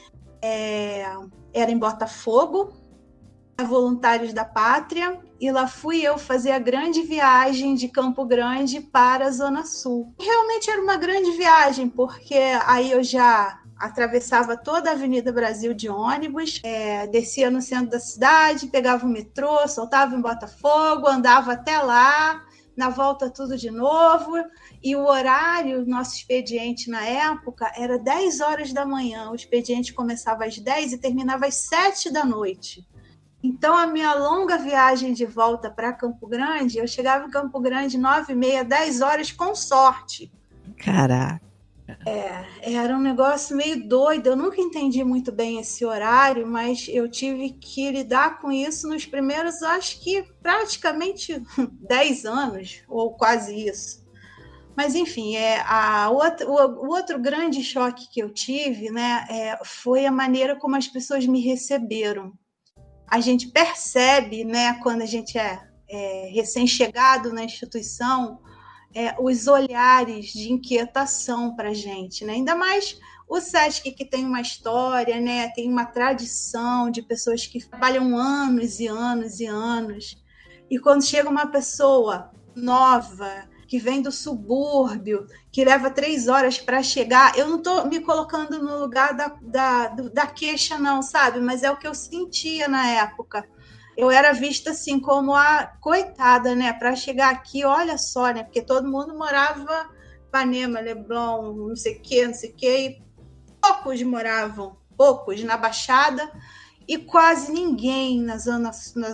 Era em Botafogo, Voluntários da Pátria, e lá fui eu fazer a grande viagem de Campo Grande para a Zona Sul. Realmente era uma grande viagem, porque aí eu já... atravessava toda a Avenida Brasil de ônibus, descia no centro da cidade, pegava o metrô, soltava em Botafogo, andava até lá, na volta tudo de novo, e o horário, nosso expediente na época, era 10 horas da manhã, o expediente começava às 10 e terminava às 7 da noite. Então, a minha longa viagem de volta para Campo Grande, eu chegava em Campo Grande 9h30, 10 horas, com sorte. Caraca. Era um negócio meio doido, eu nunca entendi muito bem esse horário, mas eu tive que lidar com isso nos primeiros, acho que praticamente 10 anos, ou quase isso. Mas, enfim, o outro grande choque que eu tive, né, foi a maneira como as pessoas me receberam. A gente percebe, né, quando a gente é recém-chegado na instituição, os olhares de inquietação para a gente, né? Ainda mais o SESC, que tem uma história, né? Tem uma tradição de pessoas que trabalham anos e anos e anos. E quando chega uma pessoa nova, que vem do subúrbio, que leva 3 horas para chegar, eu não estou me colocando no lugar da queixa, não, sabe? Mas é o que eu sentia na época. Eu era vista assim como a coitada, né? Para chegar aqui, olha só, né? Porque todo mundo morava em Ipanema, Leblon, não sei o quê, e poucos moravam, na Baixada, e quase ninguém na zona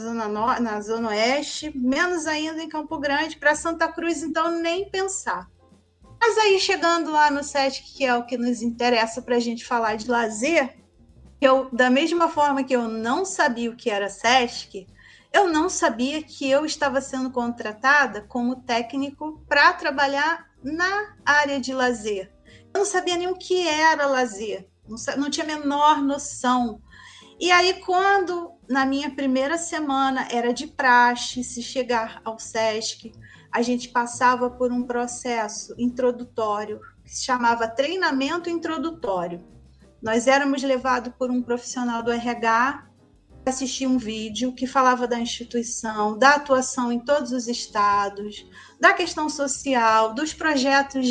oeste, menos ainda em Campo Grande. Para Santa Cruz, então, nem pensar. Mas aí, chegando lá no SESC, que é o que nos interessa para a gente falar de lazer, da mesma forma que eu não sabia o que era SESC, eu não sabia que eu estava sendo contratada como técnico para trabalhar na área de lazer. Eu não sabia nem o que era lazer, não tinha a menor noção. E aí, quando na minha primeira semana era de praxe se chegar ao SESC, a gente passava por um processo introdutório que se chamava treinamento introdutório. Nós éramos levados por um profissional do RH para assistir um vídeo que falava da instituição, da atuação em todos os estados, da questão social, dos projetos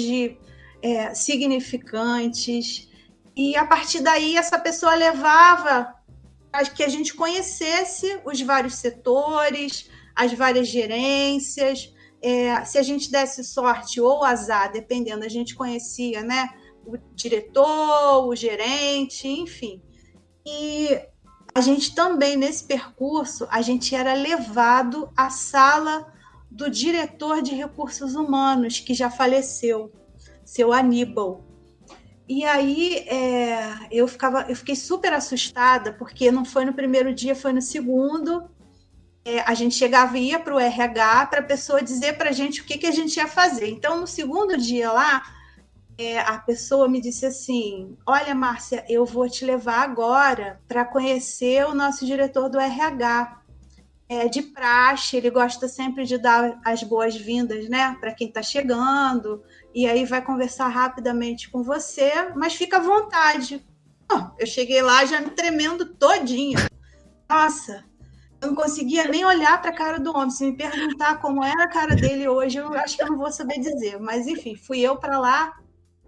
significantes. E, a partir daí, essa pessoa levava para que a gente conhecesse os vários setores, as várias gerências. Se a gente desse sorte ou azar, dependendo, a gente conhecia, né? O diretor, o gerente, enfim. E a gente também, nesse percurso, a gente era levado à sala do diretor de recursos humanos, que já faleceu, seu Aníbal. E aí eu fiquei super assustada, porque não foi no primeiro dia, foi no segundo. A gente chegava e ia para o RH para a pessoa dizer para a gente o que a gente ia fazer. Então, no segundo dia lá, a pessoa me disse assim: olha, Márcia, eu vou te levar agora para conhecer o nosso diretor do RH. De praxe, ele gosta sempre de dar as boas-vindas, né, para quem está chegando, e aí vai conversar rapidamente com você, mas fica à vontade. Eu cheguei lá já me tremendo todinha. Nossa, eu não conseguia nem olhar para a cara do homem. Se me perguntar como era a cara dele hoje, eu acho que eu não vou saber dizer. Mas, enfim, fui eu para lá.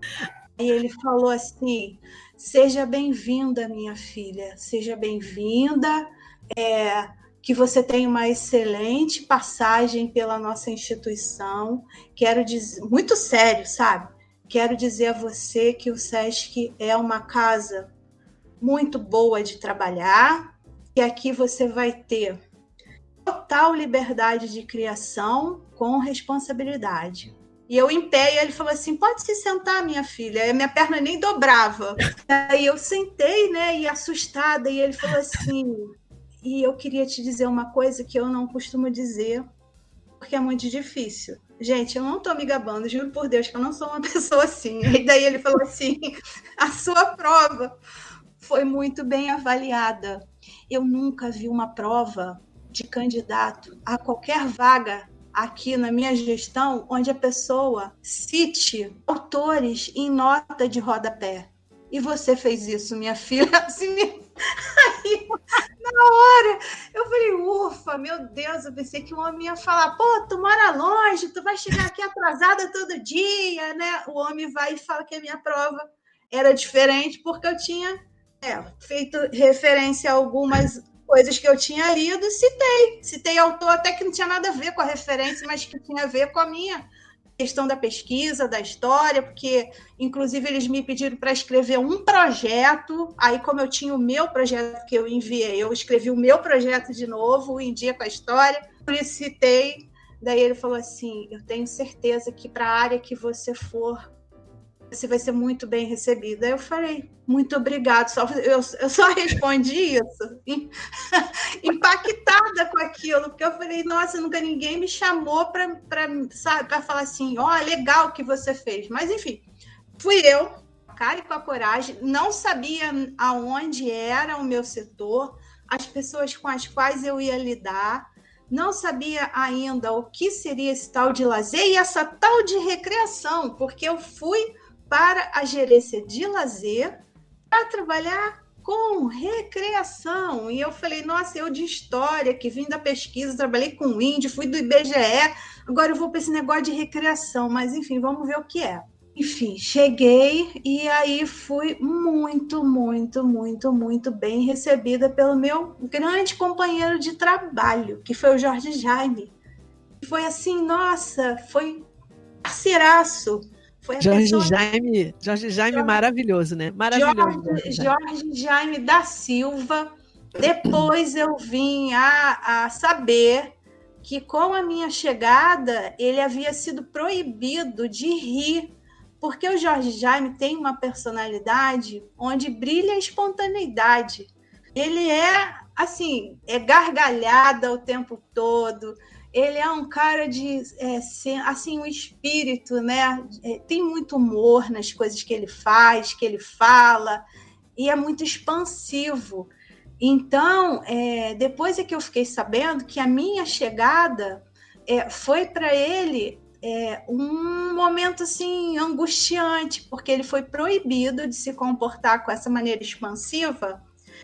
E ele falou assim: seja bem-vinda, minha filha, seja bem-vinda, que você tenha uma excelente passagem pela nossa instituição. Quero dizer, muito sério, sabe? Quero dizer a você que o SESC é uma casa muito boa de trabalhar, e aqui você vai ter total liberdade de criação com responsabilidade. E eu em pé, e ele falou assim: pode se sentar, minha filha. E a minha perna nem dobrava. Aí eu sentei, né, e assustada, e ele falou assim: e eu queria te dizer uma coisa que eu não costumo dizer, porque é muito difícil. Gente, eu não estou me gabando, juro por Deus que eu não sou uma pessoa assim. E daí ele falou assim: a sua prova foi muito bem avaliada. Eu nunca vi uma prova de candidato a qualquer vaga aqui na minha gestão onde a pessoa cite autores em nota de rodapé. E você fez isso, minha filha. Assim, aí, na hora, eu falei, ufa, meu Deus, eu pensei que o homem ia falar, pô, tu mora longe, tu vai chegar aqui atrasada todo dia, né? O homem vai e fala que a minha prova era diferente porque eu tinha feito referência a algumas coisas que eu tinha lido, citei autor até que não tinha nada a ver com a referência, mas que tinha a ver com a minha questão da pesquisa, da história, porque, inclusive, eles me pediram para escrever um projeto, aí como eu tinha o meu projeto que eu enviei, eu escrevi o meu projeto de novo, em dia com a história, por isso citei, daí ele falou assim, eu tenho certeza que para a área que você for, você vai ser muito bem recebida. Eu falei, muito obrigado. Eu só respondi isso, impactada com aquilo, porque eu falei, nossa, nunca ninguém me chamou para falar assim, ó, legal que você fez. Mas, enfim, fui eu, cara e com a coragem, não sabia aonde era o meu setor, as pessoas com as quais eu ia lidar, não sabia ainda o que seria esse tal de lazer e essa tal de recreação, porque eu fui para a gerência de lazer para trabalhar com recreação. E eu falei, nossa, eu de história, que vim da pesquisa, trabalhei com o índio, fui do IBGE, agora eu vou para esse negócio de recreação, mas enfim, vamos ver o que é. Enfim, cheguei e aí fui muito, muito, muito, muito bem recebida pelo meu grande companheiro de trabalho, que foi o Jorge Jaime. Foi assim, nossa, foi parceiraço. Foi Jorge Jaime maravilhoso, né? Maravilhoso. Jorge Jaime da Silva. Depois eu vim a saber que com a minha chegada ele havia sido proibido de rir, porque o Jorge Jaime tem uma personalidade onde brilha a espontaneidade. Ele é assim, é gargalhada o tempo todo. Ele é um cara de, assim, um espírito, né? Tem muito humor nas coisas que ele faz, que ele fala, e é muito expansivo. Então, depois é que eu fiquei sabendo que a minha chegada foi para ele um momento, assim, angustiante, porque ele foi proibido de se comportar com essa maneira expansiva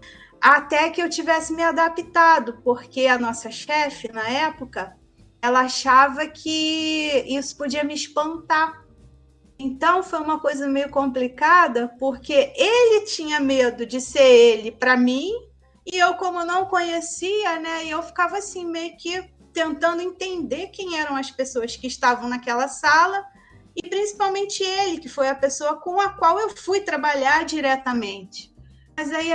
até que eu tivesse me adaptado, porque a nossa chefe, na época, ela achava que isso podia me espantar. Então, foi uma coisa meio complicada, porque ele tinha medo de ser ele para mim, e eu, como não conhecia, né, eu ficava assim, meio que tentando entender quem eram as pessoas que estavam naquela sala, e principalmente ele, que foi a pessoa com a qual eu fui trabalhar diretamente. Mas aí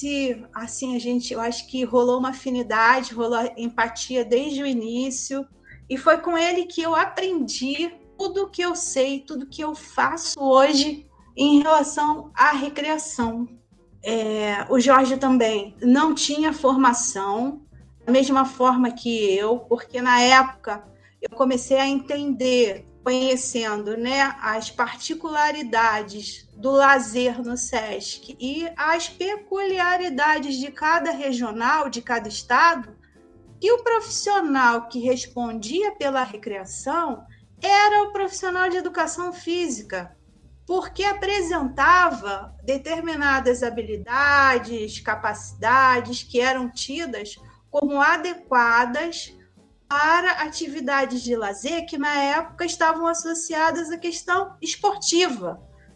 eu acho que rolou uma afinidade, rolou empatia desde o início, e foi com ele que eu aprendi tudo que eu sei, tudo que eu faço hoje em relação à recreação. O Jorge também não tinha formação, da mesma forma que eu, porque na época eu comecei a entender, conhecendo, né, as particularidades do lazer no SESC e as peculiaridades de cada regional, de cada estado, que o profissional que respondia pela recreação era o profissional de educação física, porque apresentava determinadas habilidades, capacidades que eram tidas como adequadas para atividades de lazer que, na época, estavam associadas à questão esportiva.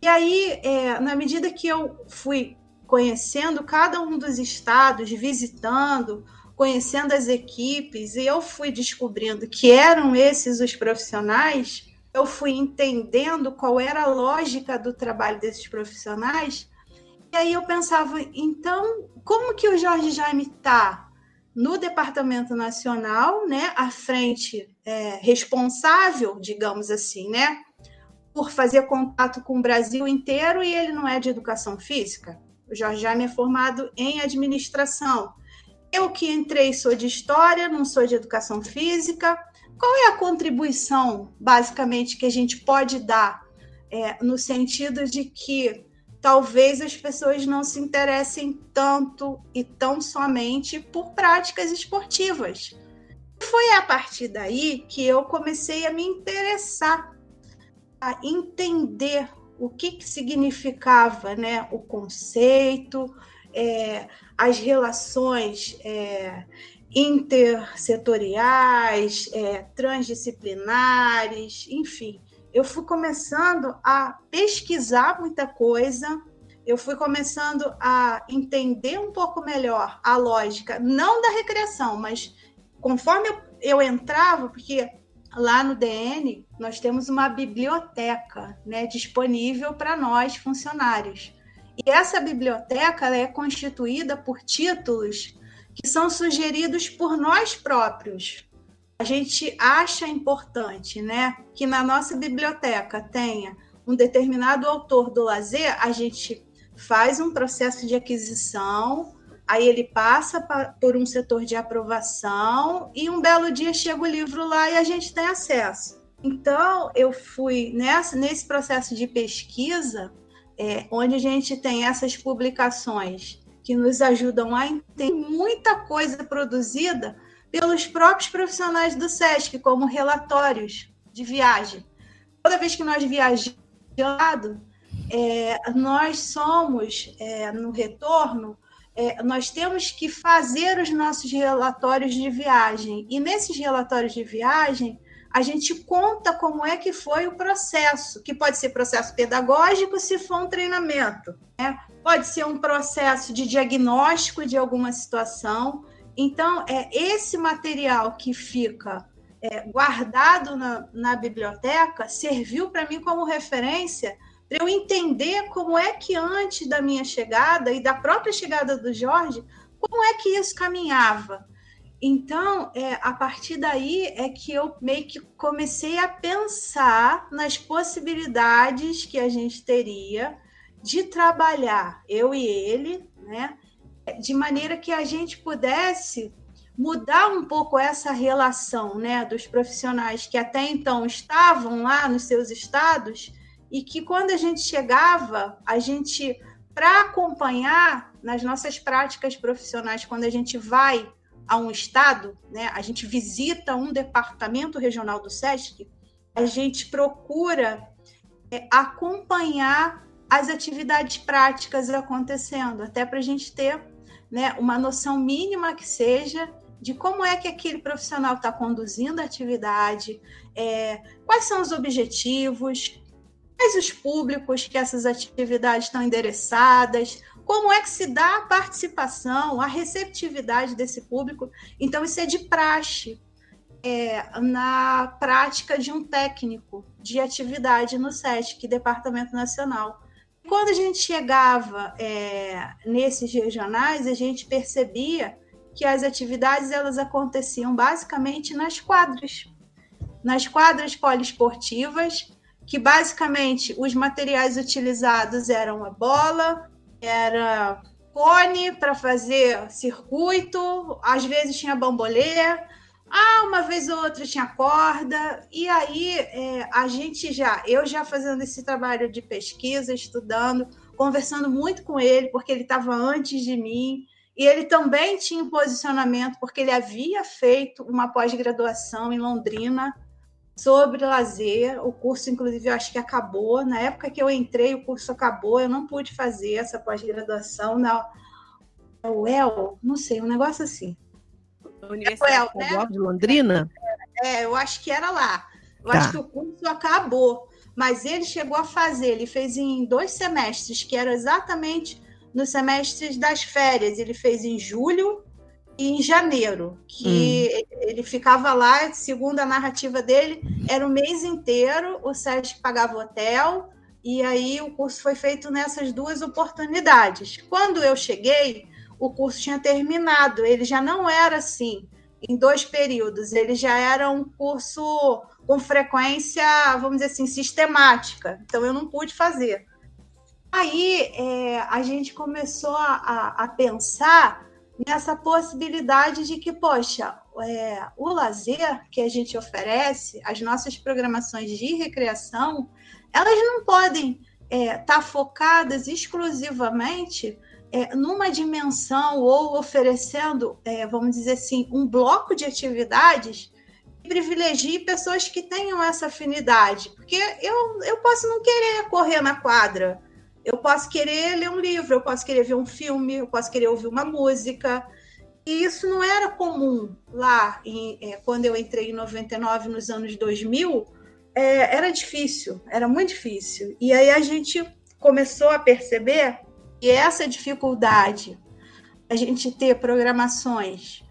E aí, na medida que eu fui conhecendo cada um dos estados, visitando, conhecendo as equipes, e eu fui descobrindo que eram esses os profissionais, eu fui entendendo qual era a lógica do trabalho desses profissionais, e aí eu pensava, então, como que o Jorge Jaime está no Departamento Nacional, né, à frente, responsável, digamos assim, né, por fazer contato com o Brasil inteiro, e ele não é de educação física? O Jorge Jaime é formado em administração. Eu que entrei sou de história, não sou de educação física. Qual é a contribuição, basicamente, que a gente pode dar no sentido de que talvez as pessoas não se interessem tanto e tão somente por práticas esportivas? Foi a partir daí que eu comecei a me interessar, a entender o que significava, né, o conceito, as relações intersetoriais, transdisciplinares, enfim. Eu fui começando a pesquisar muita coisa, eu fui começando a entender um pouco melhor a lógica, não da recreação, mas conforme eu entrava, porque lá no DN nós temos uma biblioteca, né, disponível para nós, funcionários. E essa biblioteca ela é constituída por títulos que são sugeridos por nós próprios. A gente acha importante, né, que na nossa biblioteca tenha um determinado autor do lazer, a gente faz um processo de aquisição, aí ele passa por um setor de aprovação e um belo dia chega o livro lá e a gente tem acesso. Então, eu fui nesse processo de pesquisa, onde a gente tem essas publicações que nos ajudam a entender muita coisa produzida pelos próprios profissionais do SESC, como relatórios de viagem. Toda vez que nós viajamos, nós somos, no retorno, nós temos que fazer os nossos relatórios de viagem. E nesses relatórios de viagem, a gente conta como é que foi o processo, que pode ser processo pedagógico se for um treinamento, né? Pode ser um processo de diagnóstico de alguma situação. Então, esse material que fica guardado na biblioteca serviu para mim como referência para eu entender como é que antes da minha chegada e da própria chegada do Jorge, como é que isso caminhava. Então, a partir daí é que eu meio que comecei a pensar nas possibilidades que a gente teria de trabalhar, eu e ele, né, de maneira que a gente pudesse mudar um pouco essa relação, né, dos profissionais que até então estavam lá nos seus estados e que quando a gente chegava, a gente, para acompanhar nas nossas práticas profissionais, quando a gente vai a um estado, né, a gente visita um departamento regional do SESC, a gente procura acompanhar as atividades práticas acontecendo, até para a gente ter, né, uma noção mínima que seja de como é que aquele profissional está conduzindo a atividade, quais são os objetivos, quais os públicos que essas atividades estão endereçadas, como é que se dá a participação, a receptividade desse público. Então, isso é de praxe na prática de um técnico de atividade no SESC, Departamento Nacional. Quando a gente chegava nesses regionais, a gente percebia que as atividades elas aconteciam basicamente nas quadras poliesportivas, que basicamente os materiais utilizados eram a bola, era cone para fazer circuito, às vezes tinha bambolê, uma vez ou outra tinha corda, e aí eu já fazendo esse trabalho de pesquisa, estudando, conversando muito com ele, porque ele estava antes de mim, e ele também tinha um posicionamento, porque ele havia feito uma pós-graduação em Londrina sobre lazer. O curso, inclusive, eu acho que acabou. Na época que eu entrei, o curso acabou, eu não pude fazer essa pós-graduação na UEL, não sei, um negócio assim. Universidade Estadual de Londrina? Eu acho que era lá. Eu acho que o curso acabou. mas ele chegou a fazer, ele fez em 2 semestres, que eram exatamente nos semestres das férias. Ele fez em julho e em janeiro, que ele ficava lá, segundo a narrativa dele, era o mês inteiro, o SESC pagava o hotel, e aí o curso foi feito nessas 2 oportunidades. Quando eu cheguei, o curso tinha terminado, ele já não era assim, em 2 períodos, ele já era um curso com frequência, vamos dizer assim, sistemática, então eu não pude fazer. Aí a gente começou a pensar nessa possibilidade de que, poxa, o lazer que a gente oferece, as nossas programações de recreação, elas não podem estar focadas exclusivamente numa dimensão ou oferecendo, vamos dizer assim, um bloco de atividades que privilegie pessoas que tenham essa afinidade. Porque eu posso não querer correr na quadra, eu posso querer ler um livro, eu posso querer ver um filme, eu posso querer ouvir uma música. E isso não era comum lá, quando eu entrei em 99, nos anos 2000, era difícil, era muito difícil. E aí a gente começou a perceber que essa dificuldade, a gente ter programações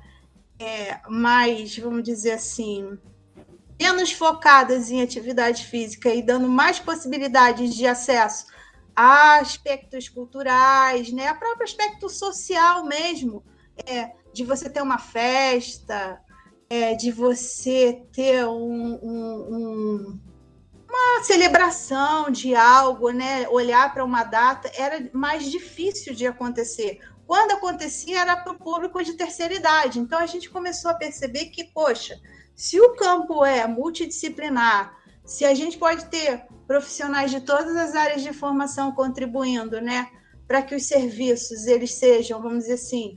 mais, vamos dizer assim, menos focadas em atividade física e dando mais possibilidades de acesso a aspectos culturais, né? O próprio aspecto social mesmo, de você ter uma festa, de você ter uma celebração de algo, né? Olhar para uma data, era mais difícil de acontecer. Quando acontecia, era para o público de terceira idade. Então, a gente começou a perceber que, poxa, se o campo é multidisciplinar, se a gente pode ter profissionais de todas as áreas de formação contribuindo, né, para que os serviços eles sejam, vamos dizer assim,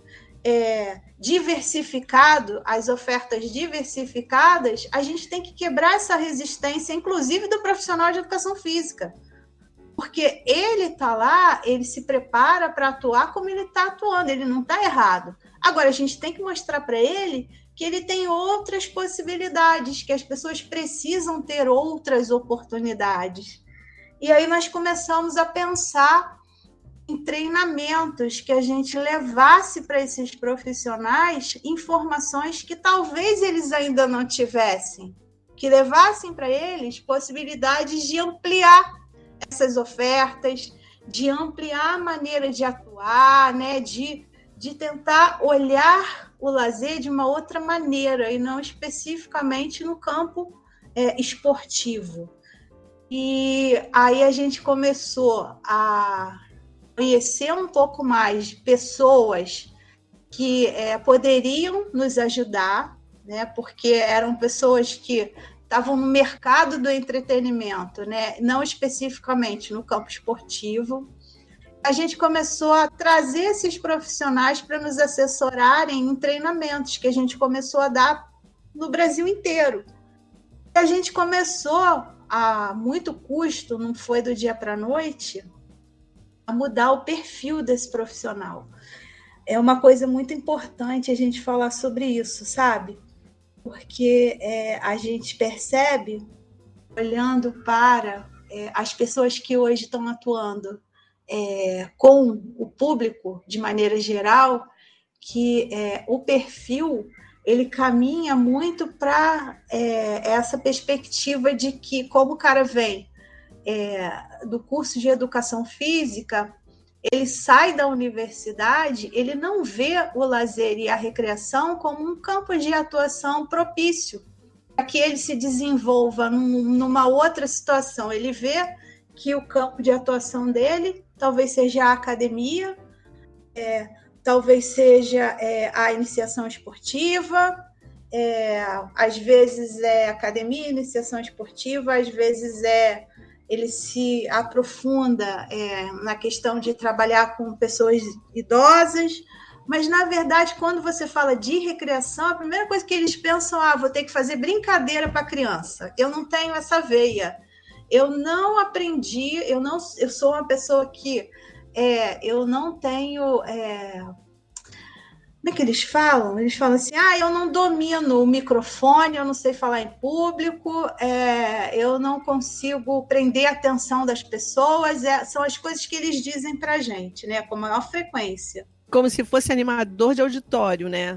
diversificados, as ofertas diversificadas, a gente tem que quebrar essa resistência, inclusive do profissional de educação física. Porque ele está lá, ele se prepara para atuar como ele está atuando, ele não está errado. Agora, a gente tem que mostrar para ele que ele tem outras possibilidades, que as pessoas precisam ter outras oportunidades. E aí nós começamos a pensar em treinamentos que a gente levasse para esses profissionais informações que talvez eles ainda não tivessem, que levassem para eles possibilidades de ampliar essas ofertas, de ampliar a maneira de atuar, né? de tentar olhar o lazer de uma outra maneira e não especificamente no campo esportivo. E aí a gente começou a conhecer um pouco mais de pessoas que poderiam nos ajudar, né? Porque eram pessoas que estavam no mercado do entretenimento, né? Não especificamente no campo esportivo. A gente começou a trazer esses profissionais para nos assessorarem em treinamentos que a gente começou a dar no Brasil inteiro. A gente começou, a muito custo, não foi do dia para a noite, a mudar o perfil desse profissional. É uma coisa muito importante a gente falar sobre isso, sabe? Porque a gente percebe, olhando para as pessoas que hoje estão atuando com o público de maneira geral, que o perfil ele caminha muito para essa perspectiva de que, como o cara vem do curso de educação física, ele sai da universidade, ele não vê o lazer e a recreação como um campo de atuação propício para que ele se desenvolva numa outra situação. Ele vê que o campo de atuação dele talvez seja a academia, talvez seja a iniciação esportiva, às vezes academia, iniciação esportiva, às vezes ele se aprofunda na questão de trabalhar com pessoas idosas, mas, na verdade, quando você fala de recreação, a primeira coisa que eles pensam, vou ter que fazer brincadeira para a criança. Eu não tenho essa veia. Eu não aprendi, eu sou uma pessoa que eu não tenho como é que eles falam? Eles falam assim, eu não domino o microfone, eu não sei falar em público, eu não consigo prender a atenção das pessoas, são as coisas que eles dizem para a gente, né, com maior frequência. Como se fosse animador de auditório, né?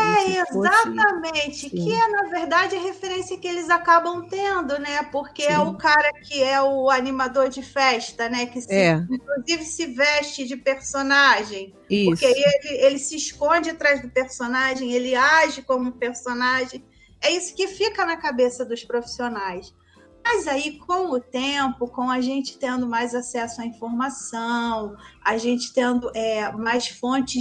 Exatamente, que é, na verdade, a referência que eles acabam tendo, né? Porque é o cara que é o animador de festa, né? Que inclusive se veste de personagem. Isso. Porque ele se esconde atrás do personagem, ele age como personagem. É isso que fica na cabeça dos profissionais. Mas aí, com o tempo, com a gente tendo mais acesso à informação, a gente tendo mais fontes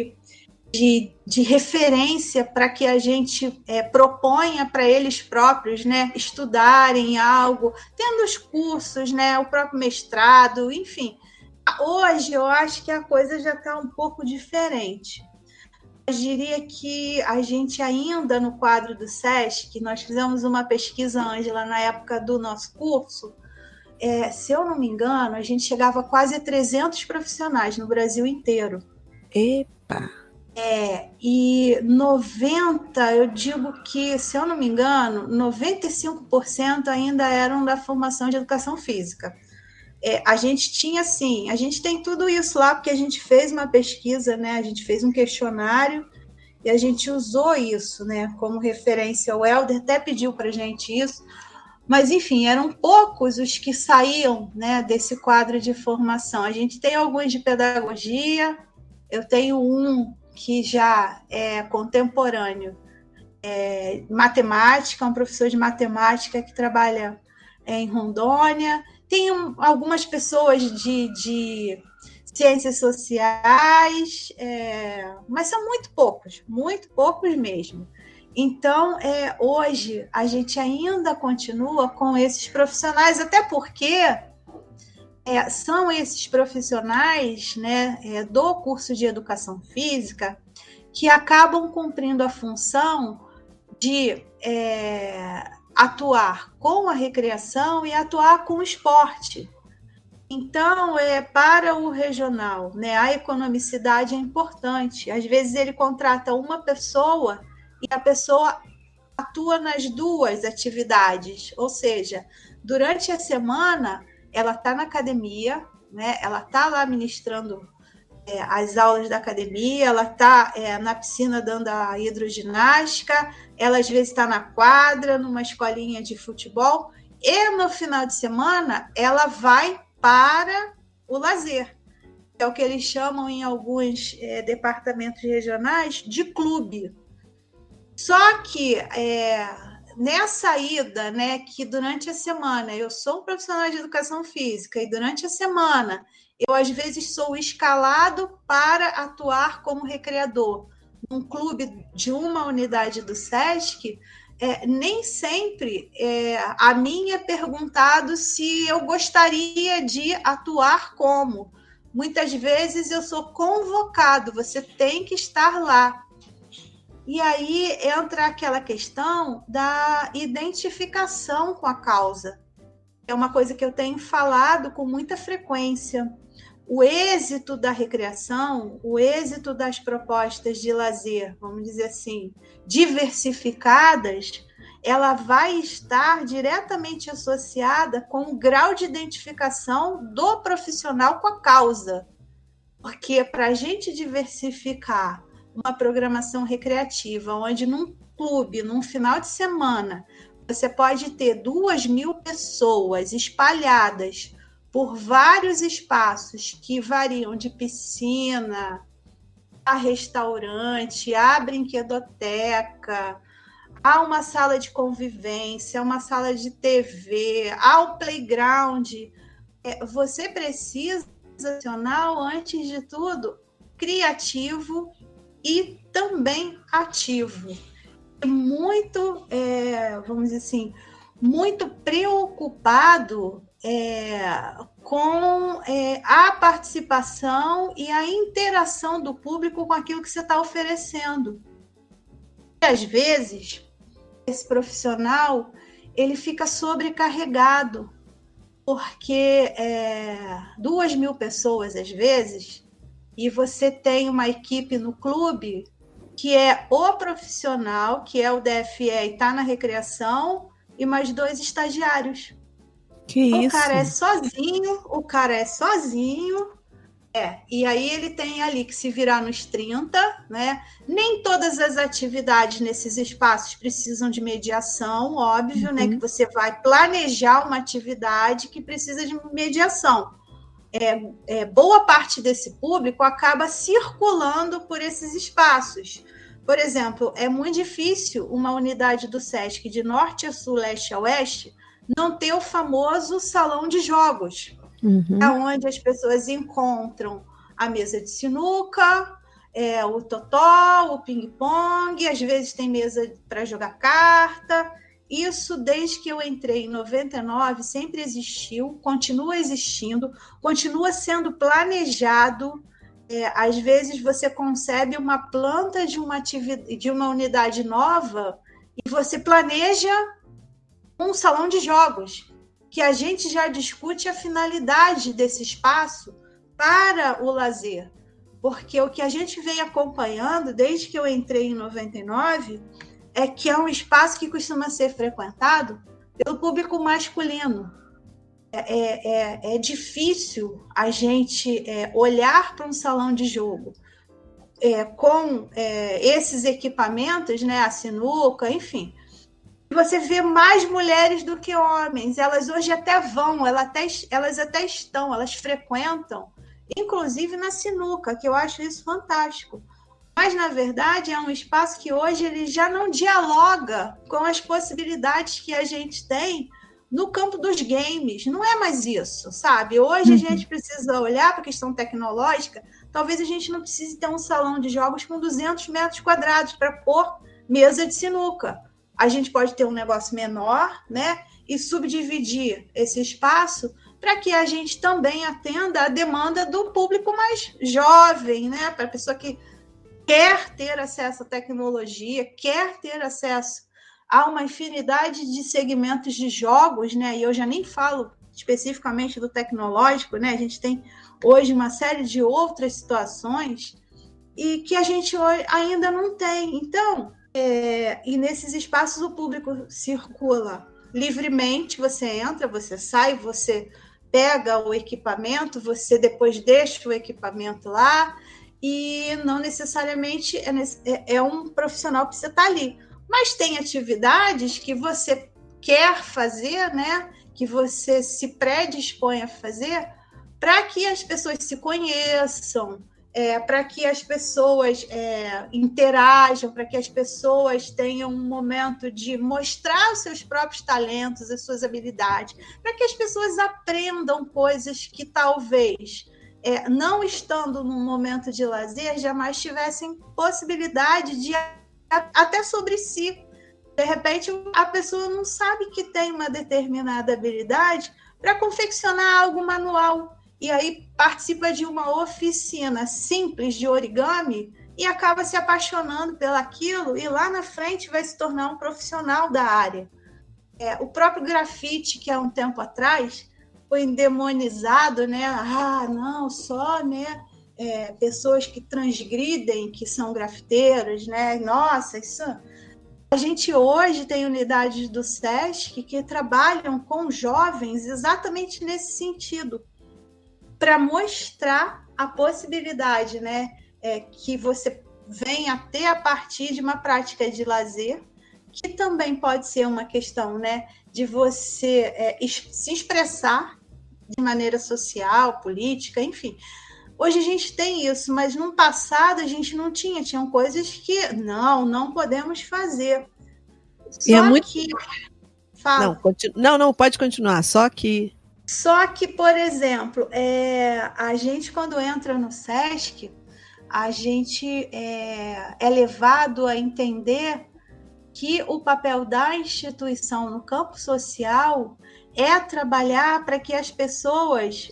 de referência para que a gente proponha para eles próprios, né, estudarem algo, tendo os cursos, né, o próprio mestrado, enfim. Hoje eu acho que a coisa já está um pouco diferente. Eu diria que a gente ainda no quadro do SESC, nós fizemos uma pesquisa, Ângela, na época do nosso curso, se eu não me engano, a gente chegava a quase 300 profissionais no Brasil inteiro. Epa! E 90, eu digo que, se eu não me engano, 95% ainda eram da formação de educação física. A gente tinha, assim, a gente tem tudo isso lá, porque a gente fez uma pesquisa, né? A gente fez um questionário e a gente usou isso, né, como referência. O Helder até pediu para a gente isso, mas, enfim, eram poucos os que saíam, né, desse quadro de formação. A gente tem alguns de pedagogia, eu tenho um que já é contemporâneo, matemática, um professor de matemática que trabalha em Rondônia. Tem algumas pessoas de ciências sociais, mas são muito poucos mesmo. Então, hoje, a gente ainda continua com esses profissionais, até porque são esses profissionais, né, do curso de educação física que acabam cumprindo a função de atuar com a recreação e atuar com o esporte. Então, para o regional, né, a economicidade é importante. Às vezes ele contrata uma pessoa e a pessoa atua nas duas atividades, ou seja, durante a semana ela está na academia, né? Ela está lá ministrando as aulas da academia, ela está na piscina dando a hidroginástica, ela às vezes está na quadra, numa escolinha de futebol, e no final de semana ela vai para o lazer, que é o que eles chamam em alguns departamentos regionais de clube. Só que nessa ida, né, que durante a semana eu sou um profissional de educação física e durante a semana eu às vezes sou escalado para atuar como recreador num clube de uma unidade do SESC, nem sempre a mim é perguntado se eu gostaria de atuar como. Muitas vezes eu sou convocado, você tem que estar lá. E aí entra aquela questão da identificação com a causa. É uma coisa que eu tenho falado com muita frequência. O êxito da recreação, o êxito das propostas de lazer, vamos dizer assim, diversificadas, ela vai estar diretamente associada com o grau de identificação do profissional com a causa. Porque para a gente diversificar uma programação recreativa, onde num clube, num final de semana, você pode ter 2.000 pessoas espalhadas por vários espaços que variam de piscina a restaurante, a brinquedoteca, a uma sala de convivência, uma sala de TV, ao playground. Você precisa profissional, antes de tudo, criativo e também ativo. Muito, vamos dizer assim, muito preocupado com a participação e a interação do público com aquilo que você está oferecendo. E, às vezes, esse profissional ele fica sobrecarregado, porque 2.000 pessoas, às vezes, e você tem uma equipe no clube que é o profissional, que é o DFE e está na recreação, e mais 2 estagiários. Que isso? O cara é sozinho, e aí ele tem ali que se virar nos 30, né? Nem todas as atividades nesses espaços precisam de mediação, óbvio, né? Que você vai planejar uma atividade que precisa de mediação. Boa parte desse público acaba circulando por esses espaços. Por exemplo, é muito difícil uma unidade do SESC de norte a sul, leste a oeste, não ter o famoso salão de jogos, onde as pessoas encontram a mesa de sinuca, o totó, o ping-pong, às vezes tem mesa para jogar carta. Isso, desde que eu entrei em 99, sempre existiu, continua existindo, continua sendo planejado. Às vezes você concebe uma planta de uma unidade nova e você planeja um salão de jogos, que a gente já discute a finalidade desse espaço para o lazer. Porque o que a gente vem acompanhando, desde que eu entrei em 99, é que é um espaço que costuma ser frequentado pelo público masculino. É difícil a gente olhar para um salão de jogo com esses equipamentos, né, a sinuca, enfim. Você vê mais mulheres do que homens. Elas hoje até vão, elas até estão, elas frequentam, inclusive na sinuca, que eu acho isso fantástico. Mas, na verdade, é um espaço que hoje ele já não dialoga com as possibilidades que a gente tem no campo dos games. Não é mais isso, sabe? Hoje a gente precisa olhar para a questão tecnológica. Talvez a gente não precise ter um salão de jogos com 200 metros quadrados para pôr mesa de sinuca. A gente pode ter um negócio menor, né? E subdividir esse espaço para que a gente também atenda a demanda do público mais jovem, né? Para a pessoa que quer ter acesso à tecnologia, quer ter acesso a uma infinidade de segmentos de jogos, né? E eu já nem falo especificamente do tecnológico, né? A gente tem hoje uma série de outras situações e que a gente ainda não tem. Então, e nesses espaços o público circula livremente, você entra, você sai, você pega o equipamento, você depois deixa o equipamento lá, e não necessariamente é um profissional que você está ali. Mas tem atividades que você quer fazer, né? Que você se predispõe a fazer para que as pessoas se conheçam, para que as pessoas interajam, para que as pessoas tenham um momento de mostrar os seus próprios talentos, as suas habilidades, para que as pessoas aprendam coisas que talvez, não estando num momento de lazer, jamais tivessem possibilidade de até sobre si. De repente, a pessoa não sabe que tem uma determinada habilidade para confeccionar algo manual. E aí participa de uma oficina simples de origami e acaba se apaixonando pelaquilo e lá na frente vai se tornar um profissional da área. O próprio grafite, que há um tempo atrás foi endemonizado, né? Não, só, né? Pessoas que transgridem, que são grafiteiros, né? Nossa, isso... A gente hoje tem unidades do SESC que trabalham com jovens exatamente nesse sentido, para mostrar a possibilidade, né, que você venha a ter a partir de uma prática de lazer, que também pode ser uma questão, né, de você se expressar de maneira social, política, enfim. Hoje a gente tem isso, mas no passado a gente não tinha. Tinham coisas que não podemos fazer. Só que... Fala. Não, pode continuar. Só que, por exemplo, a gente, quando entra no SESC, a gente é levado a entender que o papel da instituição no campo social é trabalhar para que as pessoas...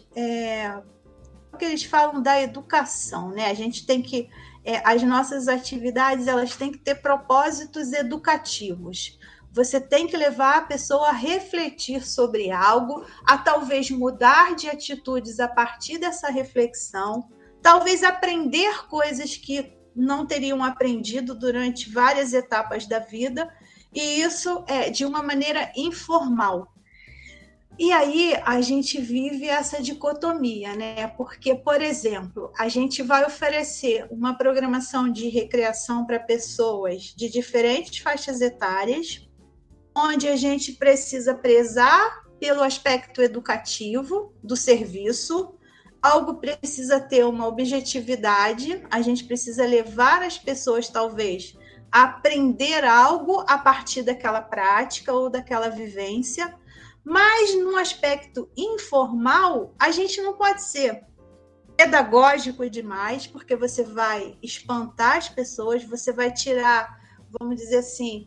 o que eles falam da educação, né? A gente tem que... as nossas atividades, elas têm que ter propósitos educativos. Você tem que levar a pessoa a refletir sobre algo, a talvez mudar de atitudes a partir dessa reflexão, talvez aprender coisas que não teriam aprendido durante várias etapas da vida, e isso é de uma maneira informal. E aí a gente vive essa dicotomia, né? Porque, por exemplo, a gente vai oferecer uma programação de recreação para pessoas de diferentes faixas etárias, onde a gente precisa prezar pelo aspecto educativo do serviço, algo precisa ter uma objetividade, a gente precisa levar as pessoas, talvez, a aprender algo a partir daquela prática ou daquela vivência. Mas, no aspecto informal, a gente não pode ser pedagógico demais, porque você vai espantar as pessoas, você vai tirar, vamos dizer assim,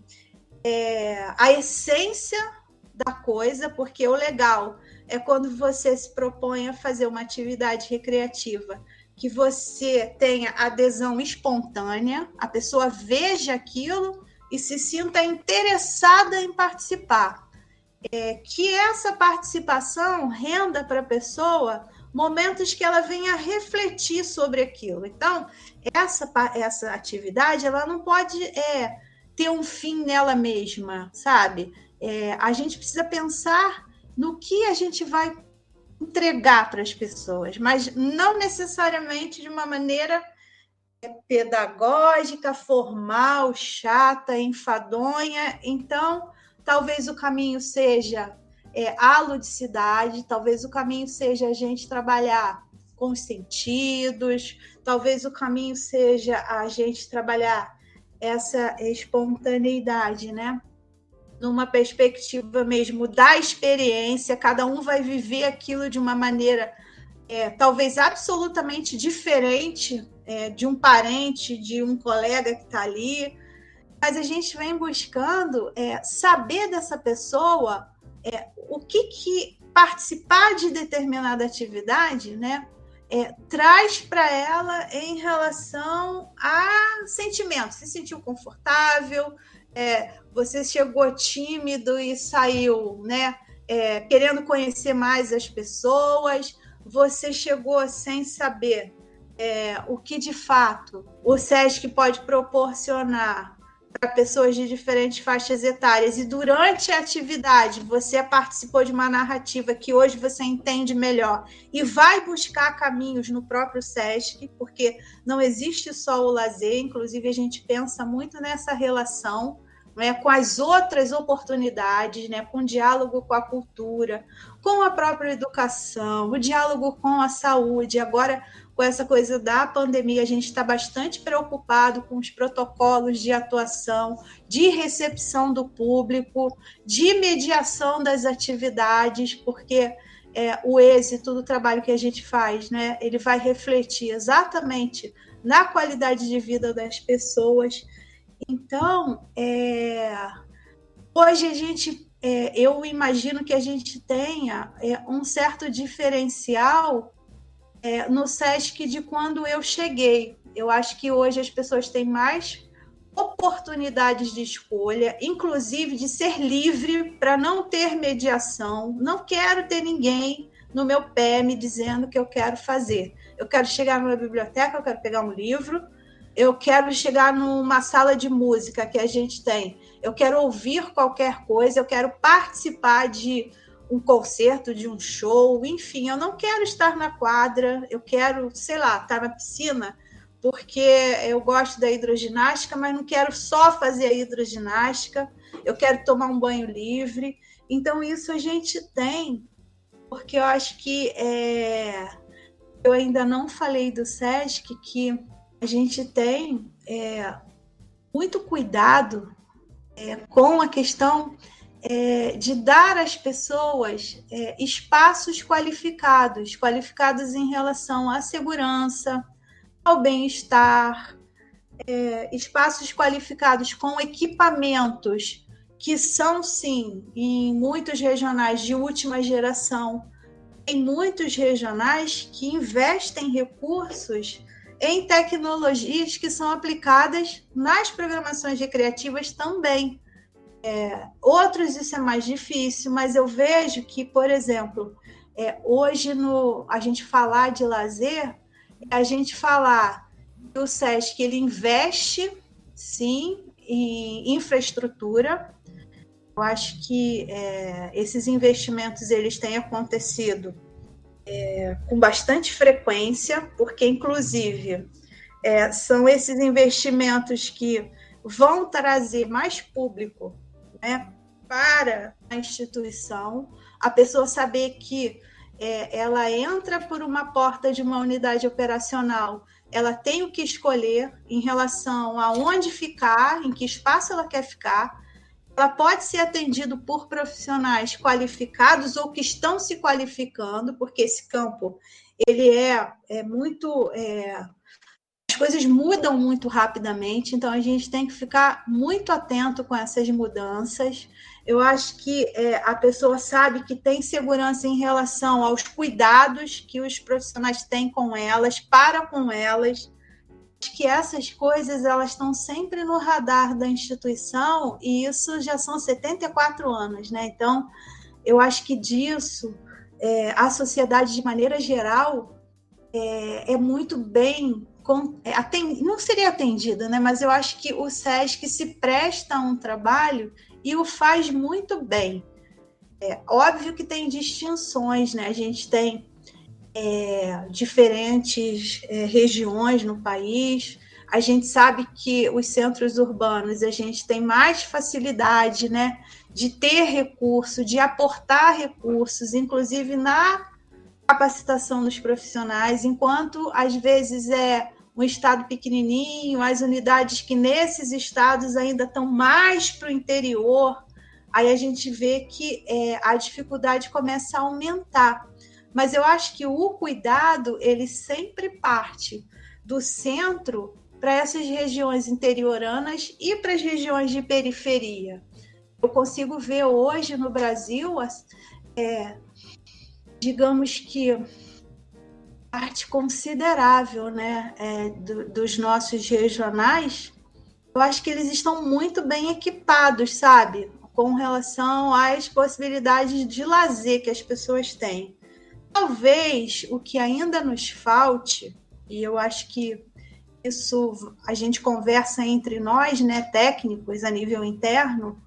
a essência da coisa, porque o legal é quando você se propõe a fazer uma atividade recreativa, que você tenha adesão espontânea, a pessoa veja aquilo e se sinta interessada em participar. Que essa participação renda para a pessoa momentos que ela venha refletir sobre aquilo. Então, essa atividade ela não pode ter um fim nela mesma, sabe? A gente precisa pensar no que a gente vai entregar para as pessoas, mas não necessariamente de uma maneira pedagógica, formal, chata, enfadonha. Então, talvez o caminho seja a ludicidade, talvez o caminho seja a gente trabalhar com os sentidos, talvez o caminho seja a gente trabalhar essa espontaneidade, né? Numa perspectiva mesmo da experiência, cada um vai viver aquilo de uma maneira talvez absolutamente diferente de um parente, de um colega que está ali, mas a gente vem buscando saber dessa pessoa o que participar de determinada atividade, né, traz para ela em relação a sentimentos. Se sentiu confortável, você chegou tímido e saiu, né, querendo conhecer mais as pessoas, você chegou sem saber o que de fato o SESC pode proporcionar para pessoas de diferentes faixas etárias, e durante a atividade você participou de uma narrativa que hoje você entende melhor e vai buscar caminhos no próprio SESC, porque não existe só o lazer, inclusive a gente pensa muito nessa relação, né, com as outras oportunidades, né, com o diálogo com a cultura, com a própria educação, o diálogo com a saúde. Agora, com essa coisa da pandemia, a gente está bastante preocupado com os protocolos de atuação, de recepção do público, de mediação das atividades, porque o êxito do trabalho que a gente faz, né, ele vai refletir exatamente na qualidade de vida das pessoas. Então, hoje a gente, eu imagino que a gente tenha um certo diferencial no SESC de quando eu cheguei. Eu acho que hoje as pessoas têm mais oportunidades de escolha, inclusive de ser livre para não ter mediação. Não quero ter ninguém no meu pé me dizendo o que eu quero fazer. Eu quero chegar numa biblioteca, eu quero pegar um livro, eu quero chegar numa sala de música que a gente tem, eu quero ouvir qualquer coisa, eu quero participar de um concerto, de um show, enfim, eu não quero estar na quadra, eu quero, sei lá, estar na piscina, porque eu gosto da hidroginástica, mas não quero só fazer a hidroginástica, eu quero tomar um banho livre. Então, isso a gente tem, porque eu acho que eu ainda não falei do SESC, que a gente tem muito cuidado com a questão de dar às pessoas espaços qualificados em relação à segurança, ao bem-estar, espaços qualificados com equipamentos que são, sim, em muitos regionais de última geração. Tem muitos regionais que investem recursos em tecnologias que são aplicadas nas programações recreativas também. Outros isso é mais difícil, mas eu vejo que, por exemplo, hoje a gente falar de lazer, a gente falar O SESC ele investe, sim, em infraestrutura. Eu acho que esses investimentos eles têm acontecido com bastante frequência, porque, inclusive, são esses investimentos que vão trazer mais público, né, para a instituição, a pessoa saber que ela entra por uma porta de uma unidade operacional, ela tem o que escolher em relação a onde ficar, em que espaço ela quer ficar. Ela pode ser atendida por profissionais qualificados ou que estão se qualificando, porque esse campo ele é muito... as coisas mudam muito rapidamente, então a gente tem que ficar muito atento com essas mudanças. Eu acho que a pessoa sabe que tem segurança em relação aos cuidados que os profissionais têm com elas, para com elas, que essas coisas elas estão sempre no radar da instituição, e isso já são 74 anos, né? Então, eu acho que disso a sociedade, de maneira geral, é muito bem... não seria atendida, né? Mas eu acho que o SESC se presta a um trabalho e o faz muito bem. Óbvio que tem distinções, né? A gente tem diferentes regiões no país. A gente sabe que os centros urbanos a gente tem mais facilidade, né, de ter recurso, de aportar recursos, inclusive na capacitação dos profissionais, enquanto às vezes um estado pequenininho, as unidades que nesses estados ainda estão mais para o interior, aí a gente vê que a dificuldade começa a aumentar. Mas eu acho que o cuidado, ele sempre parte do centro para essas regiões interioranas e para as regiões de periferia. Eu consigo ver hoje no Brasil, digamos que parte considerável, né, dos nossos regionais, eu acho que eles estão muito bem equipados, sabe, com relação às possibilidades de lazer que as pessoas têm. Talvez o que ainda nos falte, e eu acho que isso a gente conversa entre nós, né, técnicos a nível interno,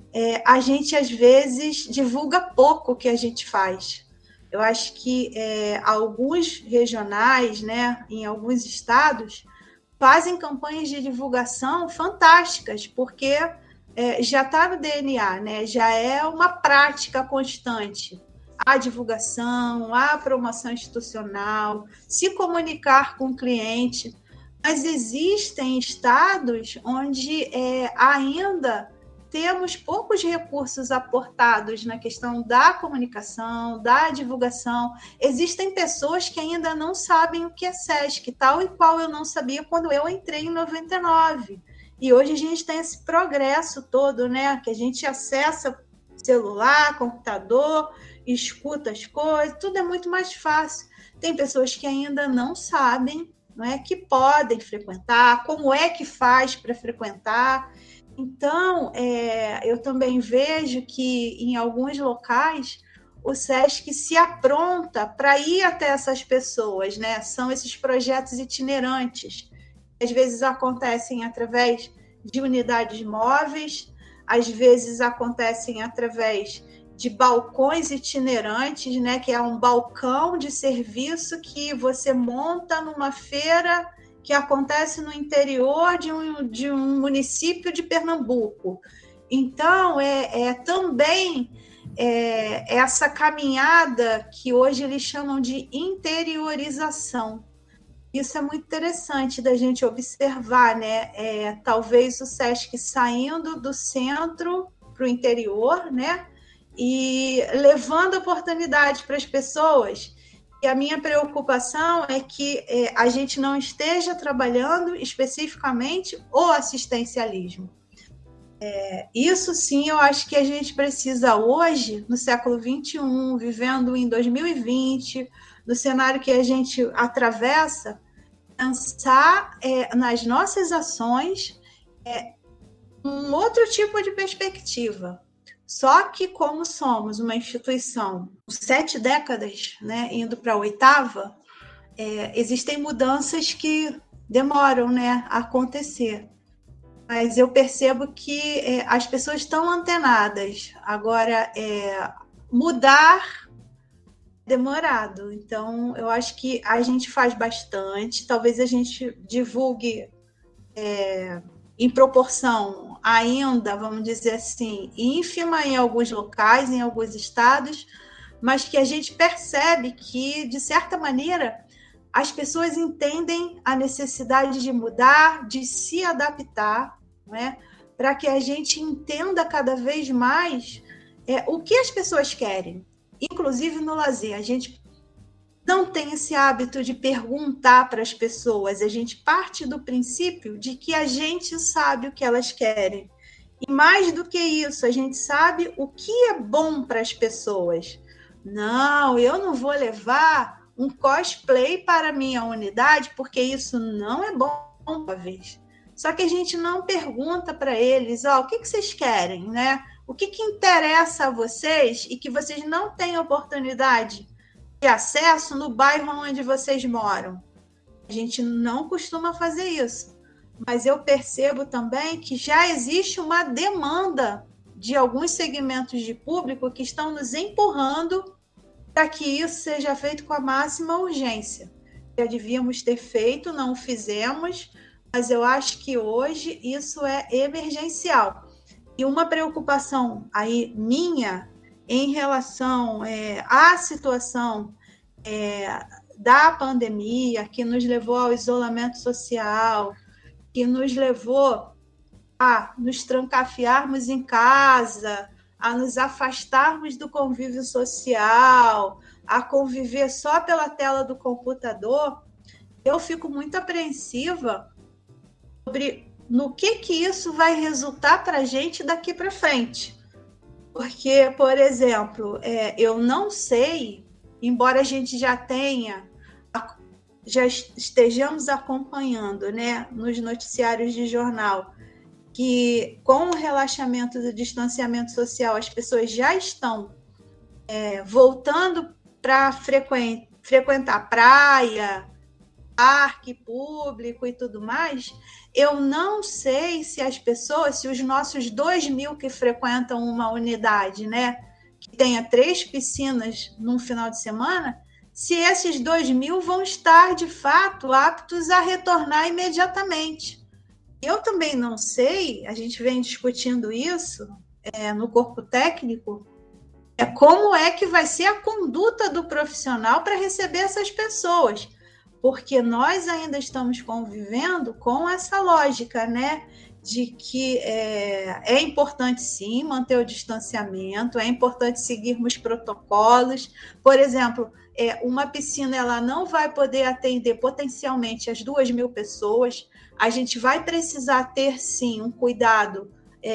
a gente às vezes divulga pouco o que a gente faz. Eu acho que alguns regionais, né, em alguns estados, fazem campanhas de divulgação fantásticas, porque já está no DNA, né, já é uma prática constante. A divulgação, a promoção institucional, se comunicar com o cliente. Mas existem estados onde ainda temos poucos recursos aportados na questão da comunicação, da divulgação. Existem pessoas que ainda não sabem o que é SESC, tal e qual eu não sabia quando eu entrei em 99. E hoje a gente tem esse progresso todo, né? Que a gente acessa celular, computador, escuta as coisas, tudo é muito mais fácil. Tem pessoas que ainda não sabem, não é, que podem frequentar, como é que faz para frequentar. Então, eu também vejo que em alguns locais o SESC se apronta para ir até essas pessoas, né? São esses projetos itinerantes. Às vezes acontecem através de unidades móveis, às vezes acontecem através de balcões itinerantes, né, que é um balcão de serviço que você monta numa feira que acontece no interior de um município de Pernambuco. Então, também essa caminhada que hoje eles chamam de interiorização. Isso é muito interessante da gente observar, né? Talvez o SESC saindo do centro para o interior, né? E levando oportunidade para as pessoas. E a minha preocupação é que a gente não esteja trabalhando especificamente o assistencialismo. Isso sim, eu acho que a gente precisa hoje, no século XXI, vivendo em 2020, no cenário que a gente atravessa, pensar nas nossas ações um outro tipo de perspectiva. Só que, como somos uma instituição com 7 décadas, né, indo para a 8ª, existem mudanças que demoram, né, a acontecer. Mas eu percebo que as pessoas estão antenadas. Agora, mudar é demorado. Então, eu acho que a gente faz bastante. Talvez a gente divulgue em proporção ainda, vamos dizer assim, ínfima em alguns locais, em alguns estados, mas que a gente percebe que, de certa maneira, as pessoas entendem a necessidade de mudar, de se adaptar, né? Para que a gente entenda cada vez mais o que as pessoas querem, inclusive no lazer. A gente não tem esse hábito de perguntar para as pessoas, a gente parte do princípio de que a gente sabe o que elas querem. E mais do que isso, a gente sabe o que é bom para as pessoas. Não, eu não vou levar um cosplay para a minha unidade, porque isso não é bom uma vez. Só que a gente não pergunta para eles, o que vocês querem, né? O que interessa a vocês e que vocês não têm oportunidade de acesso no bairro onde vocês moram. A gente não costuma fazer isso. Mas eu percebo também que já existe uma demanda de alguns segmentos de público que estão nos empurrando para que isso seja feito com a máxima urgência. Já devíamos ter feito, não fizemos, mas eu acho que hoje isso é emergencial. E uma preocupação aí minha em relação à situação da pandemia, que nos levou ao isolamento social, que nos levou a nos trancafiarmos em casa, a nos afastarmos do convívio social, a conviver só pela tela do computador, eu fico muito apreensiva sobre no que isso vai resultar para a gente daqui para frente. Porque, por exemplo, eu não sei, embora a gente já estejamos acompanhando, né, nos noticiários de jornal, que com o relaxamento do distanciamento social as pessoas já estão voltando para frequentar praia, parque público e tudo mais, eu não sei se as pessoas, se os nossos 2.000 que frequentam uma unidade, né, que tenha 3 piscinas num final de semana, se esses 2.000 vão estar, de fato, aptos a retornar imediatamente. Eu também não sei, a gente vem discutindo isso no corpo técnico, como é que vai ser a conduta do profissional para receber essas pessoas, porque nós ainda estamos convivendo com essa lógica, né, de que é importante, sim, manter o distanciamento, é importante seguirmos protocolos. Por exemplo, uma piscina ela não vai poder atender potencialmente as 2.000 pessoas, a gente vai precisar ter, sim, um cuidado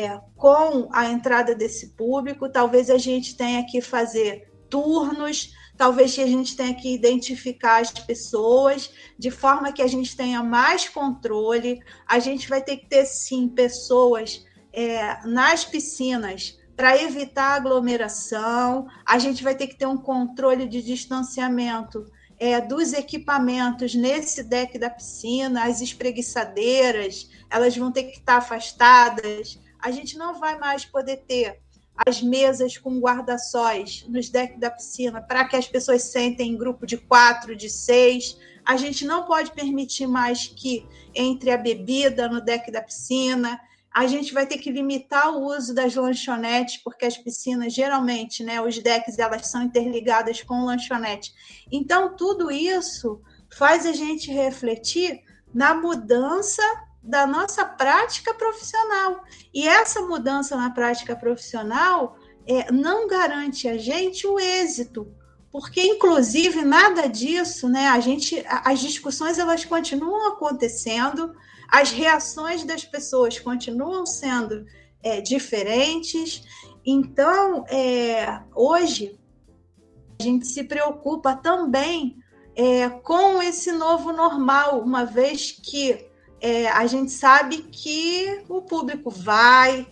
com a entrada desse público, talvez a gente tenha que fazer turnos, talvez a gente tenha que identificar as pessoas de forma que a gente tenha mais controle. A gente vai ter que ter, sim, pessoas nas piscinas para evitar aglomeração. A gente vai ter que ter um controle de distanciamento dos equipamentos nesse deck da piscina, as espreguiçadeiras, elas vão ter que estar afastadas. A gente não vai mais poder ter as mesas com guarda-sóis nos decks da piscina para que as pessoas sentem em grupo de 4, de 6. A gente não pode permitir mais que entre a bebida no deck da piscina. A gente vai ter que limitar o uso das lanchonetes, porque as piscinas, geralmente, né, os decks, elas são interligadas com lanchonete. Então, tudo isso faz a gente refletir na mudança da nossa prática profissional. E essa mudança na prática profissional não garante a gente o êxito, porque, inclusive, nada disso, né, as discussões elas continuam acontecendo, as reações das pessoas continuam sendo diferentes. Então, hoje, a gente se preocupa também com esse novo normal, uma vez que a gente sabe que o público vai,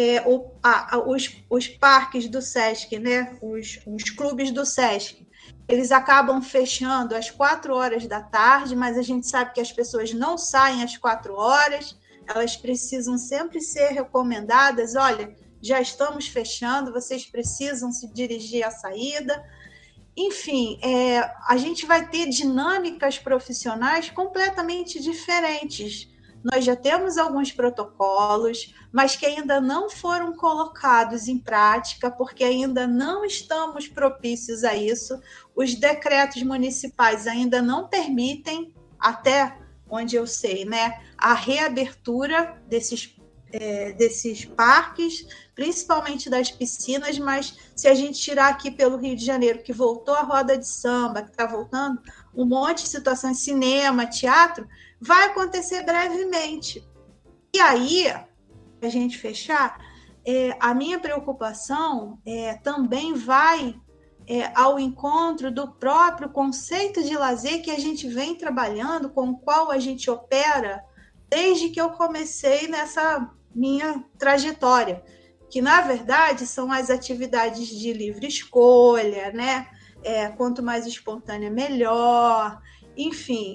os parques do SESC, né, os clubes do SESC, eles acabam fechando às 4 horas da tarde, mas a gente sabe que as pessoas não saem às 4 horas, elas precisam sempre ser recomendadas, olha, já estamos fechando, vocês precisam se dirigir à saída. Enfim, a gente vai ter dinâmicas profissionais completamente diferentes. Nós já temos alguns protocolos, mas que ainda não foram colocados em prática, porque ainda não estamos propícios a isso. Os decretos municipais ainda não permitem, até onde eu sei, né, a reabertura desses parques, principalmente das piscinas, mas se a gente tirar aqui pelo Rio de Janeiro, que voltou a roda de samba, que está voltando um monte de situações, cinema, teatro, vai acontecer brevemente. E aí, para a gente fechar, a minha preocupação também vai ao encontro do próprio conceito de lazer que a gente vem trabalhando, com o qual a gente opera desde que eu comecei nessa minha trajetória, que, na verdade, são as atividades de livre escolha, né? Quanto mais espontânea, melhor. Enfim,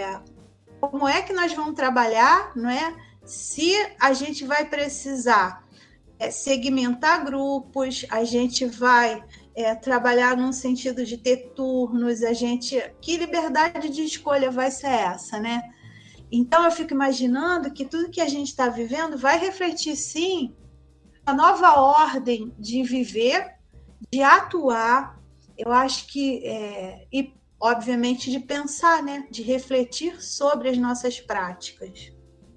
como é que nós vamos trabalhar, não é? Se a gente vai precisar segmentar grupos, a gente vai trabalhar num sentido de ter turnos, que liberdade de escolha vai ser essa, né? Então, eu fico imaginando que tudo que a gente está vivendo vai refletir, sim, a nova ordem de viver, de atuar, eu acho que, e obviamente de pensar, né? De refletir sobre as nossas práticas.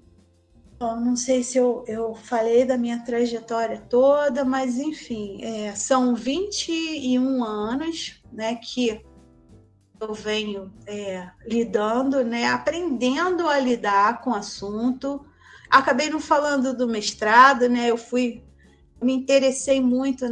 Bom, não sei se eu falei da minha trajetória toda, mas, enfim, são 21 anos, né, que eu venho lidando, né, aprendendo a lidar com o assunto. Acabei não falando do mestrado, né, me interessei muito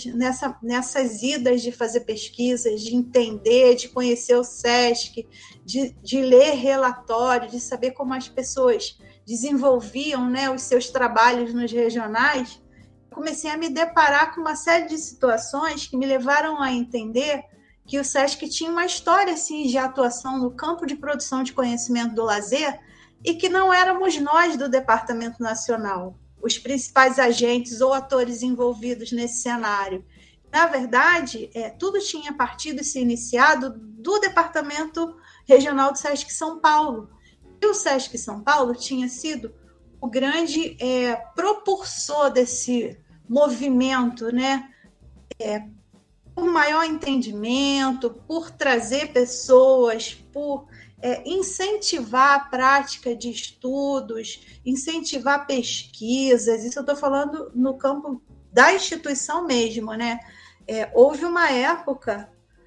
nessas idas de fazer pesquisas, de entender, de conhecer o SESC, de ler relatórios, de saber como as pessoas desenvolviam, né, os seus trabalhos nos regionais. Comecei a me deparar com uma série de situações que me levaram a entender que o SESC tinha uma história assim, de atuação no campo de produção de conhecimento do lazer e que não éramos nós do Departamento Nacional os principais agentes ou atores envolvidos nesse cenário. Na verdade, tudo tinha partido e se iniciado do Departamento Regional do SESC São Paulo. E o SESC São Paulo tinha sido o grande propulsor desse movimento, né? Por maior entendimento, por trazer pessoas, por incentivar a prática de estudos, incentivar pesquisas. Isso eu estou falando no campo da instituição mesmo, né? Houve uma época,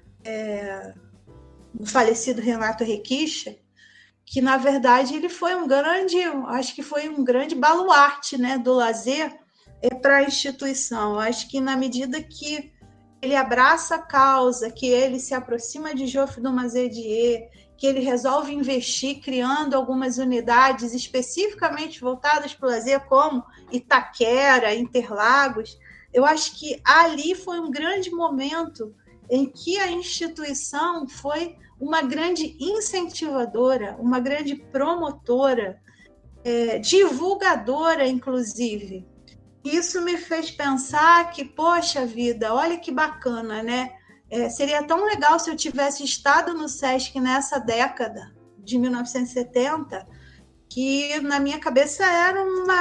o falecido Renato Requicha, que, na verdade, ele foi acho que foi um grande baluarte, né, do lazer para a instituição. Acho que, na medida que ele abraça a causa, que ele se aproxima de Geoffroy de Mazetier, que ele resolve investir criando algumas unidades especificamente voltadas para o lazer, como Itaquera, Interlagos. Eu acho que ali foi um grande momento em que a instituição foi uma grande incentivadora, uma grande promotora, divulgadora, inclusive. Isso me fez pensar que, poxa vida, olha que bacana, né? Seria tão legal se eu tivesse estado no SESC nessa década de 1970, que na minha cabeça era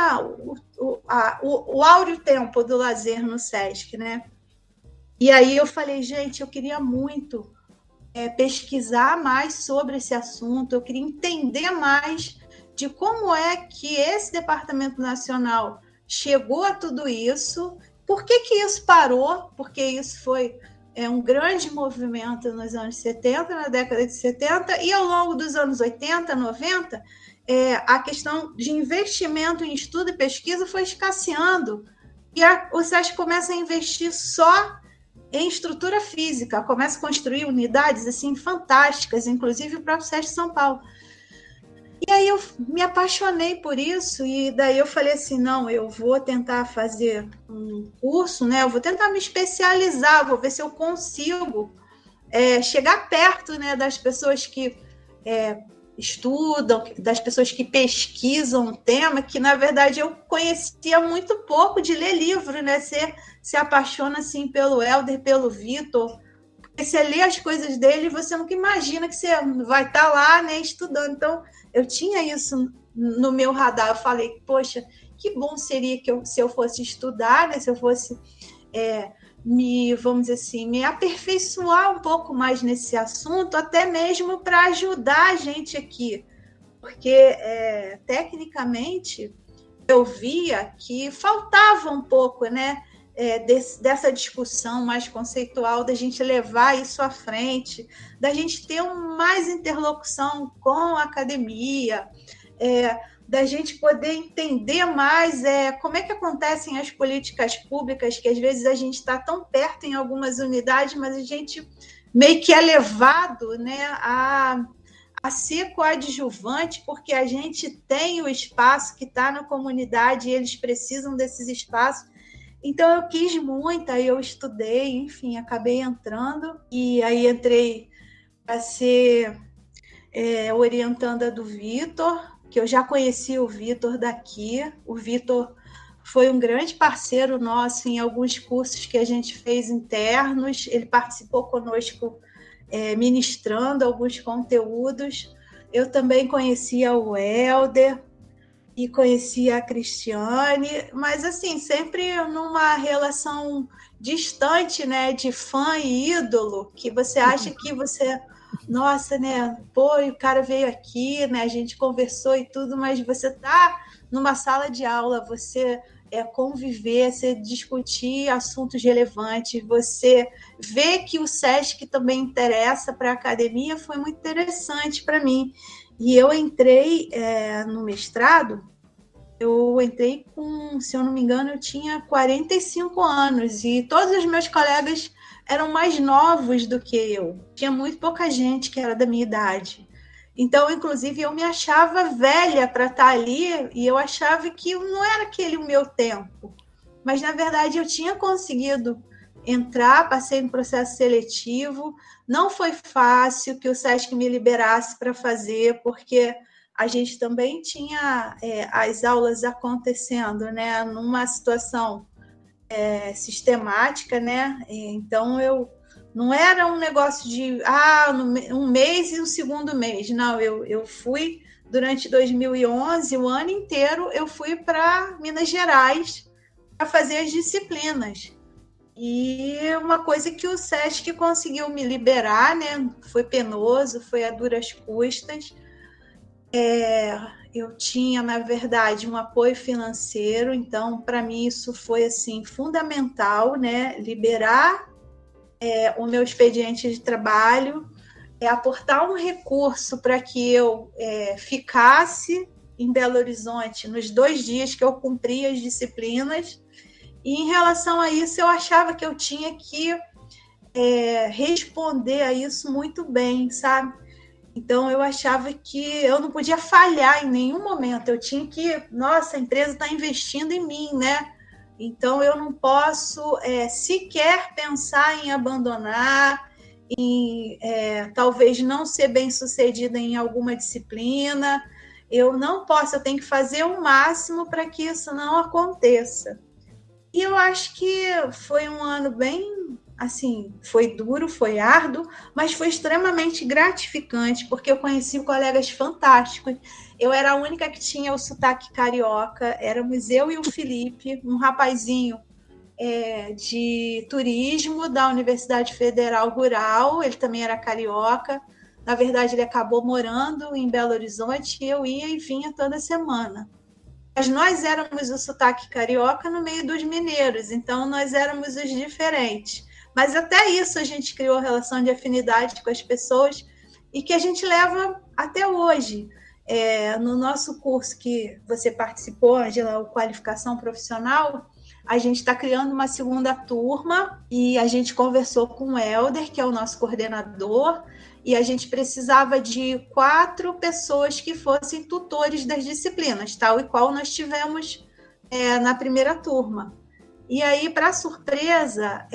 o áureo tempo do lazer no SESC, né? E aí eu falei, gente, eu queria muito pesquisar mais sobre esse assunto, eu queria entender mais de como é que esse Departamento Nacional chegou a tudo isso, por que isso parou, porque isso foi um grande movimento nos anos 70, na década de 70, e ao longo dos anos 80, 90, a questão de investimento em estudo e pesquisa foi escasseando, e o SESC começa a investir só em estrutura física, começa a construir unidades assim, fantásticas, inclusive o próprio SESC São Paulo. E aí eu me apaixonei por isso, e daí eu falei assim, não, eu vou tentar fazer um curso, né? Eu vou tentar me especializar, vou ver se eu consigo chegar perto, né, das pessoas que estudam, das pessoas que pesquisam o tema, que na verdade eu conhecia muito pouco de ler livro, né? Você se apaixona assim pelo Hélder, pelo Vitor, porque você lê as coisas dele e você nunca imagina que você vai estar lá, né, estudando. Então eu tinha isso no meu radar. Eu falei, poxa, que bom seria se eu fosse estudar, né? Se eu fosse vamos dizer assim, me aperfeiçoar um pouco mais nesse assunto, até mesmo para ajudar a gente aqui, porque tecnicamente eu via que faltava um pouco, né, dessa discussão mais conceitual, da gente levar isso à frente, da gente ter mais interlocução com a academia, da gente poder entender mais como é que acontecem as políticas públicas, que às vezes a gente está tão perto em algumas unidades, mas a gente meio que é levado, né, a ser coadjuvante, porque a gente tem o espaço que está na comunidade e eles precisam desses espaços. Então eu quis muito, aí eu estudei, enfim, acabei entrando, e aí entrei para ser orientanda do Vitor, que eu já conheci o Vitor daqui. O Vitor foi um grande parceiro nosso em alguns cursos que a gente fez internos. Ele participou conosco ministrando alguns conteúdos. Eu também conhecia o Hélder e conhecia a Cristiane, mas assim, sempre numa relação distante, né, de fã e ídolo, que você acha que você... Nossa, né? Pô, o cara veio aqui, né? A gente conversou e tudo, mas você tá numa sala de aula, você conviver, você discutir assuntos relevantes, você vê que o SESC também interessa para a academia, foi muito interessante para mim. E eu entrei no mestrado, eu entrei com, se eu não me engano, eu tinha 45 anos, e todos os meus colegas eram mais novos do que eu. Tinha muito pouca gente que era da minha idade. Então, inclusive, eu me achava velha para estar ali, e eu achava que não era aquele o meu tempo. Mas, na verdade, eu tinha conseguido entrar, passei no processo seletivo. Não foi fácil que o SESC me liberasse para fazer, porque a gente também tinha as aulas acontecendo, né, numa situação sistemática, né? Então não era um negócio de um mês e um segundo mês, não. Eu fui durante 2011, o ano inteiro eu fui para Minas Gerais para fazer as disciplinas. E uma coisa que o SESC conseguiu me liberar, né? Foi penoso, foi a duras custas. Eu tinha, na verdade, um apoio financeiro, então, para mim, isso foi assim, fundamental, né? Liberar o meu expediente de trabalho, aportar um recurso para que eu ficasse em Belo Horizonte nos 2 dias que eu cumpria as disciplinas. E em relação a isso, eu achava que eu tinha que responder a isso muito bem, sabe? Então, eu achava que eu não podia falhar em nenhum momento. Eu tinha que... Nossa, a empresa está investindo em mim, né? Então, eu não posso sequer pensar em abandonar, em talvez não ser bem-sucedida em alguma disciplina. Eu não posso, eu tenho que fazer o máximo para que isso não aconteça. E eu acho que foi um ano bem, assim, foi duro, foi árduo, mas foi extremamente gratificante, porque eu conheci colegas fantásticos. Eu era a única que tinha o sotaque carioca, éramos eu e o Felipe, um rapazinho de turismo da Universidade Federal Rural, ele também era carioca. Na verdade, ele acabou morando em Belo Horizonte e eu ia e vinha toda semana. Mas nós éramos o sotaque carioca no meio dos mineiros, então nós éramos os diferentes. Mas até isso a gente criou relação de afinidade com as pessoas e que a gente leva até hoje. No nosso curso que você participou, Angela, o Qualificação Profissional, a gente está criando uma segunda turma e a gente conversou com o Hélder, que é o nosso coordenador, e a gente precisava de 4 pessoas que fossem tutores das disciplinas, tal e qual nós tivemos na primeira turma. E aí, para surpresa,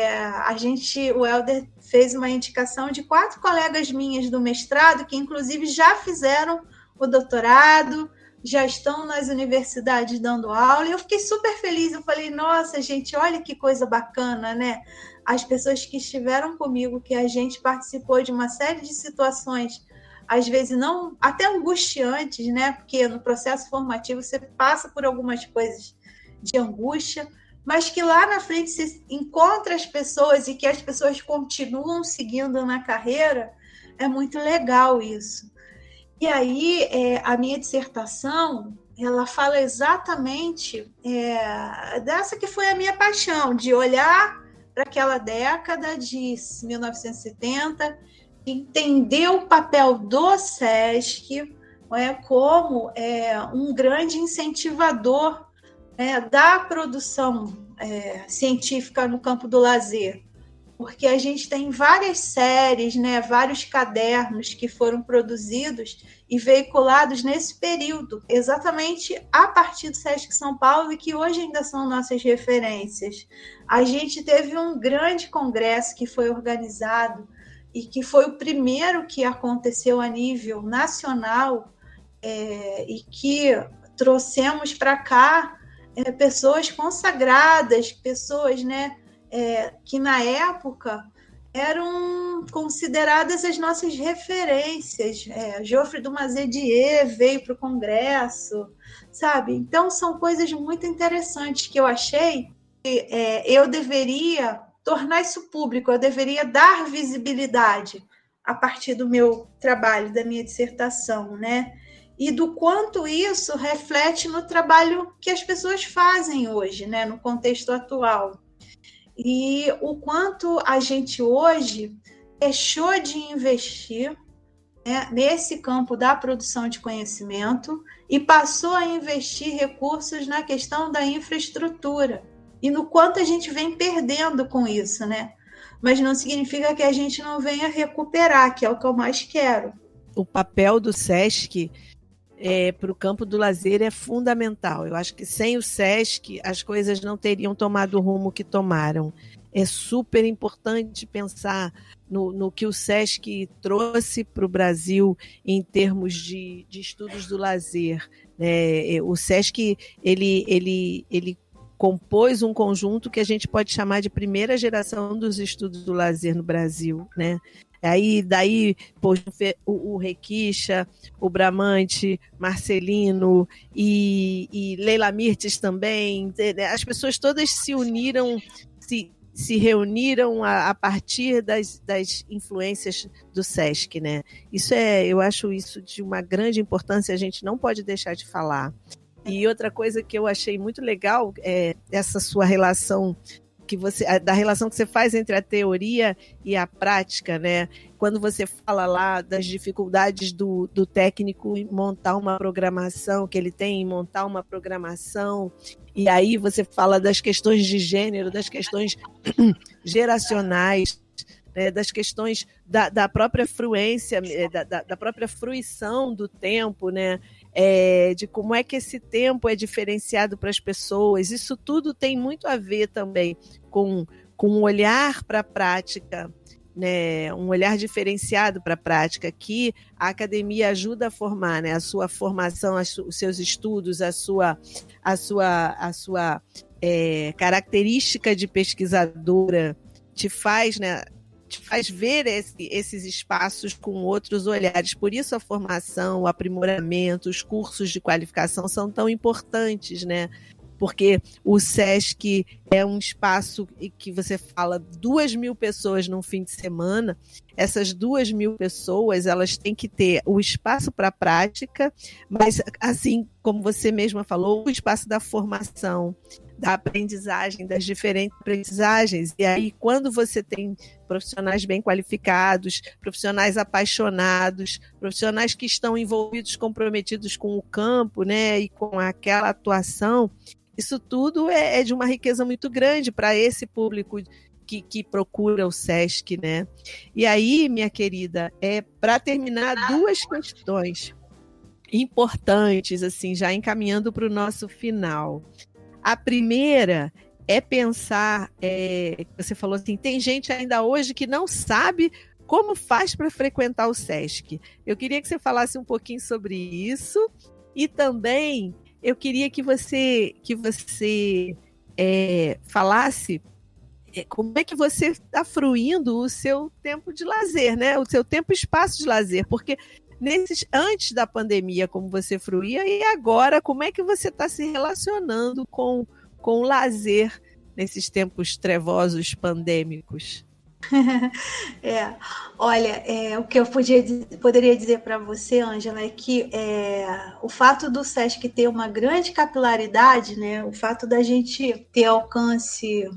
o Helder fez uma indicação de 4 colegas minhas do mestrado, que inclusive já fizeram o doutorado, já estão nas universidades dando aula, e eu fiquei super feliz. Eu falei, nossa, gente, olha que coisa bacana, né? As pessoas que estiveram comigo, que a gente participou de uma série de situações, às vezes não, até angustiantes, né? Porque no processo formativo você passa por algumas coisas de angústia, mas que lá na frente você encontra as pessoas e que as pessoas continuam seguindo na carreira, é muito legal isso. E aí, a minha dissertação, ela fala exatamente dessa que foi a minha paixão, de olhar para aquela década de 1970, entender o papel do SESC como um grande incentivador da produção científica no campo do lazer, porque a gente tem várias séries, vários cadernos que foram produzidos e veiculados nesse período, exatamente a partir do SESC São Paulo, e que hoje ainda são nossas referências. A gente teve um grande congresso que foi organizado e que foi o primeiro que aconteceu a nível nacional, e que trouxemos para cá pessoas consagradas, pessoas, que na época eram consideradas as nossas referências. Geoffrey Dumazedier veio para o Congresso, sabe? Então, são coisas muito interessantes que eu achei que eu deveria tornar isso público, eu deveria dar visibilidade a partir do meu trabalho, da minha dissertação, e do quanto isso reflete no trabalho que as pessoas fazem hoje, no contexto atual. E o quanto a gente hoje deixou de investir nesse campo da produção de conhecimento e passou a investir recursos na questão da infraestrutura. E no quanto a gente vem perdendo com isso, Mas não significa que a gente não venha recuperar, que é o que eu mais quero. O papel do SESC para o campo do lazer é fundamental. Eu acho que sem o SESC as coisas não teriam tomado o rumo que tomaram. É super importante pensar no que o SESC trouxe para o Brasil em termos de estudos do lazer. O SESC ele compôs um conjunto que a gente pode chamar de primeira geração dos estudos do lazer no Brasil, Aí, daí, o Requicha, o Bramante, Marcelino e Leila Mirtes também, as pessoas todas se uniram, se reuniram a partir das influências do SESC, Isso eu acho isso de uma grande importância, a gente não pode deixar de falar. E outra coisa que eu achei muito legal é essa sua relação da relação que você faz entre a teoria e a prática, Quando você fala lá das dificuldades do técnico em montar uma programação, que ele tem em montar uma programação, e aí você fala das questões de gênero, das questões geracionais, das questões da própria fruência, da própria fruição do tempo, de como é que esse tempo é diferenciado para as pessoas. Isso tudo tem muito a ver também com um olhar para a prática, um olhar diferenciado para a prática, que a academia ajuda a formar, a sua formação, os seus estudos, a sua característica de pesquisadora te faz ver esses espaços com outros olhares. Por isso a formação, o aprimoramento, os cursos de qualificação são tão importantes, Porque o SESC é um espaço que você fala 2.000 pessoas num fim de semana. Essas 2.000 pessoas, elas têm que ter o espaço para a prática, mas, assim como você mesma falou, o espaço da formação, da aprendizagem, das diferentes aprendizagens. E aí, quando você tem profissionais bem qualificados, profissionais apaixonados, profissionais que estão envolvidos, comprometidos com o campo, e com aquela atuação, isso tudo é de uma riqueza muito grande para esse público que procura o SESC, E aí, minha querida, para terminar, 2 questões importantes, assim, já encaminhando para o nosso final. A primeira é pensar, você falou assim, tem gente ainda hoje que não sabe como faz para frequentar o SESC. Eu queria que você falasse um pouquinho sobre isso e também eu queria que você falasse como é que você está fruindo o seu tempo de lazer, né? O seu tempo e espaço de lazer, porque antes da pandemia, como você fruía, e agora, como é que você está se relacionando com o lazer nesses tempos trevosos pandêmicos? Olha, o que eu poderia dizer para você, Ângela, é que o fato do SESC ter uma grande capilaridade, né, o fato da gente ter alcance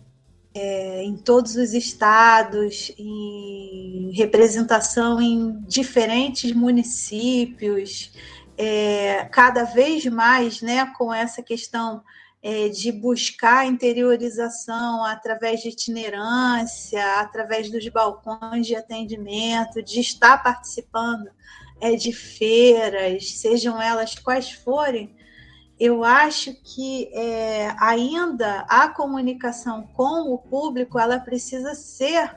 em todos os estados, em representação em diferentes municípios, cada vez mais, né, com essa questão de buscar a interiorização através de itinerância, através dos balcões de atendimento, de estar participando de feiras, sejam elas quais forem. Eu acho que ainda a comunicação com o público ela precisa ser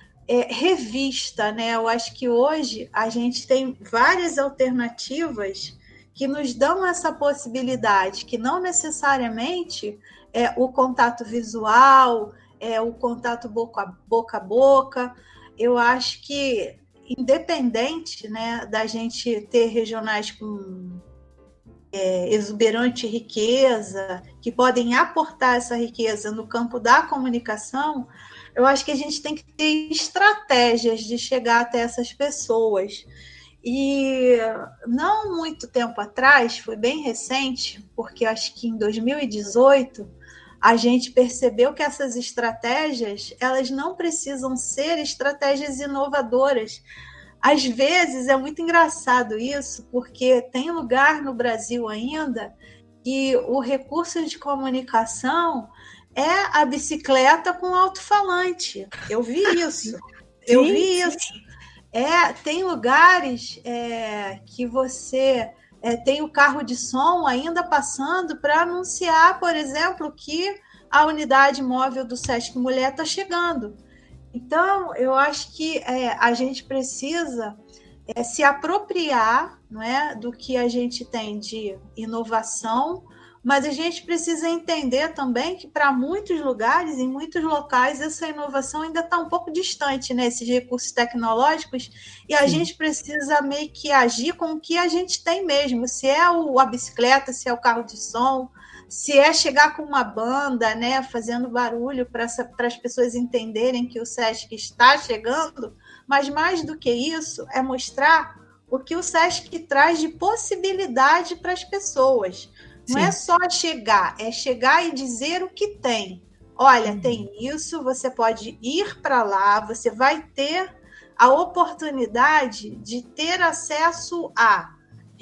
revista, né? Eu acho que hoje a gente tem várias alternativas que nos dão essa possibilidade, que não necessariamente é o contato visual, o contato boca a boca. Eu acho que, independente, né, da gente ter regionais com exuberante riqueza, que podem aportar essa riqueza no campo da comunicação, eu acho que a gente tem que ter estratégias de chegar até essas pessoas. E não muito tempo atrás, foi bem recente, porque acho que em 2018 a gente percebeu que essas estratégias elas não precisam ser estratégias inovadoras. Às vezes é muito engraçado isso, porque tem lugar no Brasil ainda que o recurso de comunicação é a bicicleta com alto-falante. Eu vi isso. Eu vi isso. Tem lugares que você tem o carro de som ainda passando para anunciar, por exemplo, que a unidade móvel do SESC Mulher está chegando. Então, eu acho que a gente precisa se apropriar, não é, do que a gente tem de inovação, mas a gente precisa entender também que para muitos lugares, em muitos locais, essa inovação ainda está um pouco distante, né, esses recursos tecnológicos, e a gente precisa meio que agir com o que a gente tem mesmo, se é a bicicleta, se é o carro de som, se é chegar com uma banda, né, fazendo barulho para as pessoas entenderem que o SESC está chegando, mas mais do que isso, é mostrar o que o SESC traz de possibilidade para as pessoas. Não é só chegar, é chegar e dizer o que tem. Olha, tem isso, você pode ir para lá, você vai ter a oportunidade de ter acesso a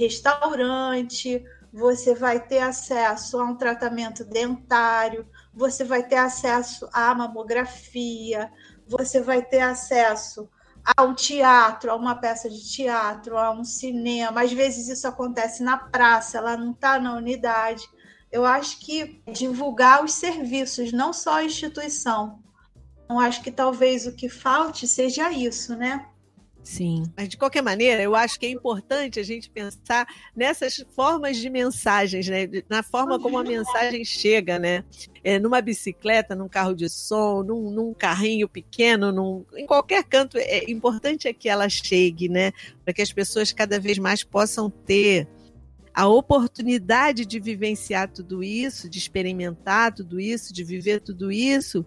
restaurante, você vai ter acesso a um tratamento dentário, você vai ter acesso à mamografia, você vai ter acesso a um teatro, a uma peça de teatro, a um cinema. Às vezes isso acontece na praça, ela não está na unidade. Eu acho que divulgar os serviços, não só a instituição. Eu acho que talvez o que falte seja isso, né? Sim, mas de qualquer maneira, eu acho que é importante a gente pensar nessas formas de mensagens, né? Na forma como a mensagem chega, né? Numa bicicleta, num carro de som, num carrinho pequeno, em qualquer canto, é importante que ela chegue, né? Para que as pessoas cada vez mais possam ter a oportunidade de vivenciar tudo isso, de experimentar tudo isso, de viver tudo isso.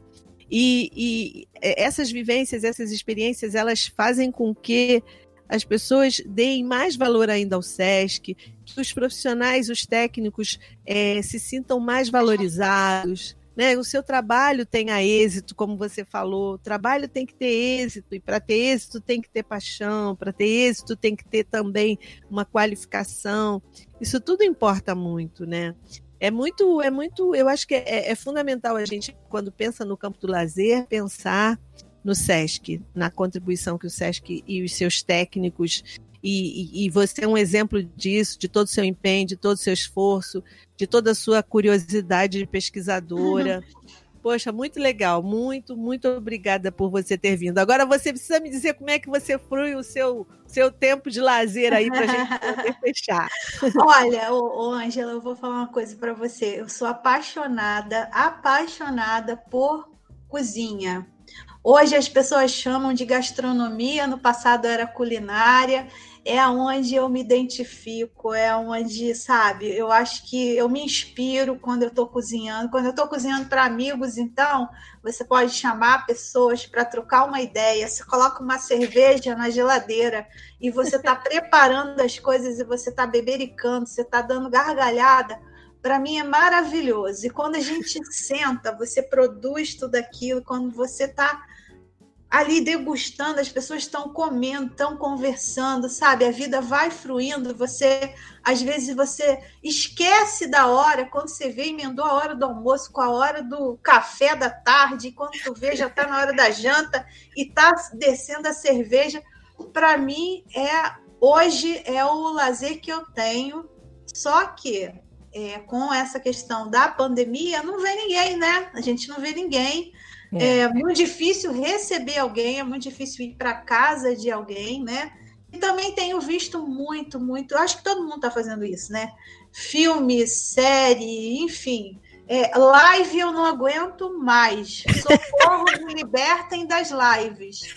E essas vivências, essas experiências, elas fazem com que as pessoas deem mais valor ainda ao SESC, que os profissionais, os técnicos se sintam mais valorizados, né? O seu trabalho tenha êxito, como você falou, o trabalho tem que ter êxito, e para ter êxito tem que ter paixão, para ter êxito tem que ter também uma qualificação. Isso tudo importa muito, né? Eu acho que é fundamental a gente, quando pensa no campo do lazer, pensar no SESC, na contribuição que o SESC e os seus técnicos, e você é um exemplo disso, de todo o seu empenho, de todo o seu esforço, de toda a sua curiosidade de pesquisadora. Poxa, muito legal. Muito, muito obrigada por você ter vindo. Agora você precisa me dizer como é que você frui o seu tempo de lazer aí para a gente poder fechar. Olha, Ângela, eu vou falar uma coisa para você. Eu sou apaixonada por cozinha. Hoje as pessoas chamam de gastronomia, no passado era culinária, é onde eu me identifico, é onde, sabe, eu acho que eu me inspiro quando eu estou cozinhando. Quando eu estou cozinhando para amigos, então, você pode chamar pessoas para trocar uma ideia, você coloca uma cerveja na geladeira e você está preparando as coisas e você está bebericando, você está dando gargalhada. Para mim é maravilhoso. E quando a gente senta, você produz tudo aquilo, quando você está ali degustando, as pessoas estão comendo, estão conversando, sabe? A vida vai fluindo, às vezes você esquece da hora, quando você vê, emendou a hora do almoço com a hora do café da tarde, e quando tu vê, já está na hora da janta e está descendo a cerveja. Para mim, hoje é o lazer que eu tenho, só que com essa questão da pandemia, não vê ninguém, né? A gente não vê ninguém. É muito difícil receber alguém, é muito difícil ir para casa de alguém, né? E também tenho visto muito, acho que todo mundo está fazendo isso, né? Filme, série, enfim. Live eu não aguento mais. Socorro, me libertem das lives.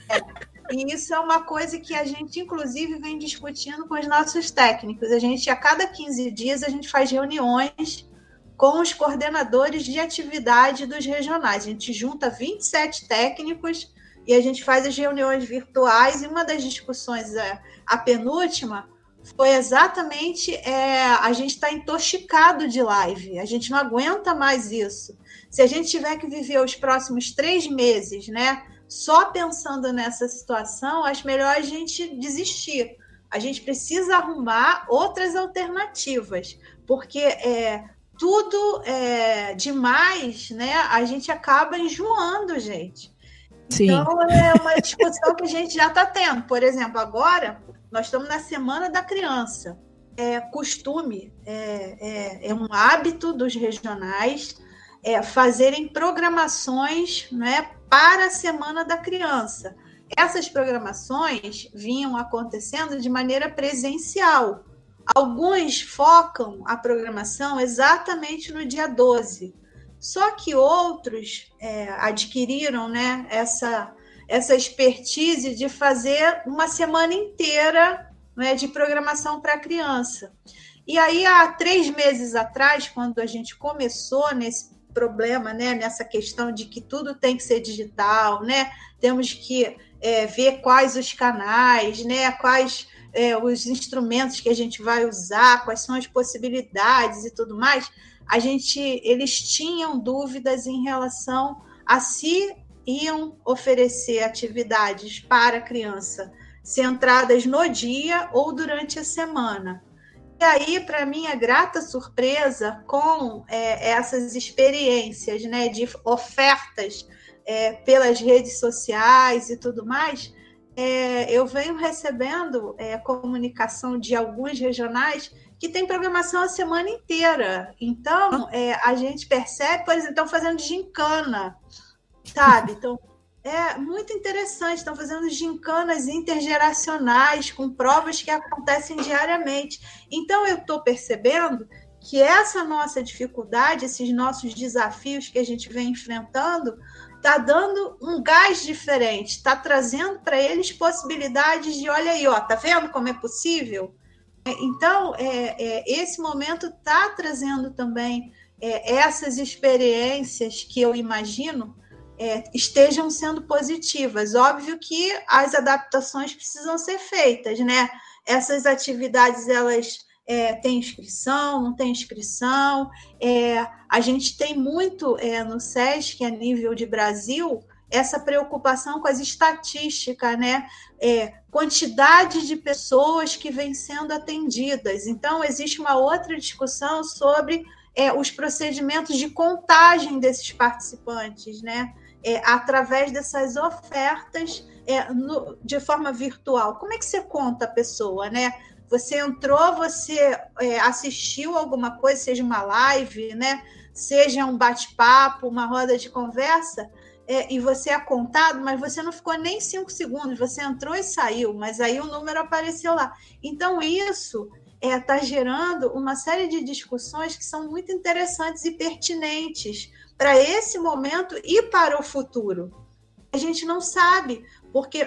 E isso é uma coisa que a gente, inclusive, vem discutindo com os nossos técnicos. A cada 15 dias, a gente faz reuniões com os coordenadores de atividade dos regionais. A gente junta 27 técnicos e a gente faz as reuniões virtuais, e uma das discussões, a penúltima, foi exatamente a gente está intoxicado de live, a gente não aguenta mais isso. Se a gente tiver que viver os próximos 3 meses, né, só pensando nessa situação, acho melhor a gente desistir. A gente precisa arrumar outras alternativas, porque tudo demais, né? A gente acaba enjoando, gente. Sim. Então, é uma discussão que a gente já está tendo. Por exemplo, agora, nós estamos na Semana da Criança. É costume, é um hábito dos regionais fazerem programações, né, para a Semana da Criança. Essas programações vinham acontecendo de maneira presencial. Alguns focam a programação exatamente no dia 12, só que outros adquiriram, né, essa expertise de fazer uma semana inteira, né, de programação para a criança. E aí, há 3 meses atrás, quando a gente começou nesse problema, né, nessa questão de que tudo tem que ser digital, né, temos que ver quais os canais, né, quais os instrumentos que a gente vai usar, quais são as possibilidades e tudo mais, eles tinham dúvidas em relação a se iam oferecer atividades para a criança centradas no dia ou durante a semana. E aí, para minha grata surpresa, com essas experiências, né, de ofertas pelas redes sociais e tudo mais, eu venho recebendo comunicação de alguns regionais que tem programação a semana inteira. Então, a gente percebe, por exemplo, estão fazendo gincana, sabe? Então, é muito interessante, estão fazendo gincanas intergeracionais com provas que acontecem diariamente. Então, eu estou percebendo que essa nossa dificuldade, esses nossos desafios que a gente vem enfrentando, está dando um gás diferente, está trazendo para eles possibilidades de, olha aí, ó, tá vendo como é possível? Então, esse momento está trazendo também essas experiências que eu imagino estejam sendo positivas. Óbvio que as adaptações precisam ser feitas, né? Essas atividades, elas têm inscrição, não tem inscrição. A gente tem muito no SESC, a nível de Brasil, essa preocupação com as estatísticas, né? Quantidade de pessoas que vêm sendo atendidas. Então, existe uma outra discussão sobre os procedimentos de contagem desses participantes, né? Através dessas ofertas de forma virtual. Como é que você conta a pessoa, né? Você entrou, você assistiu alguma coisa, seja uma live, né? Seja um bate-papo, uma roda de conversa, e você é contado, mas você não ficou nem 5 segundos, você entrou e saiu, mas aí o número apareceu lá. Então, isso está gerando uma série de discussões que são muito interessantes e pertinentes para esse momento e para o futuro. A gente não sabe, porque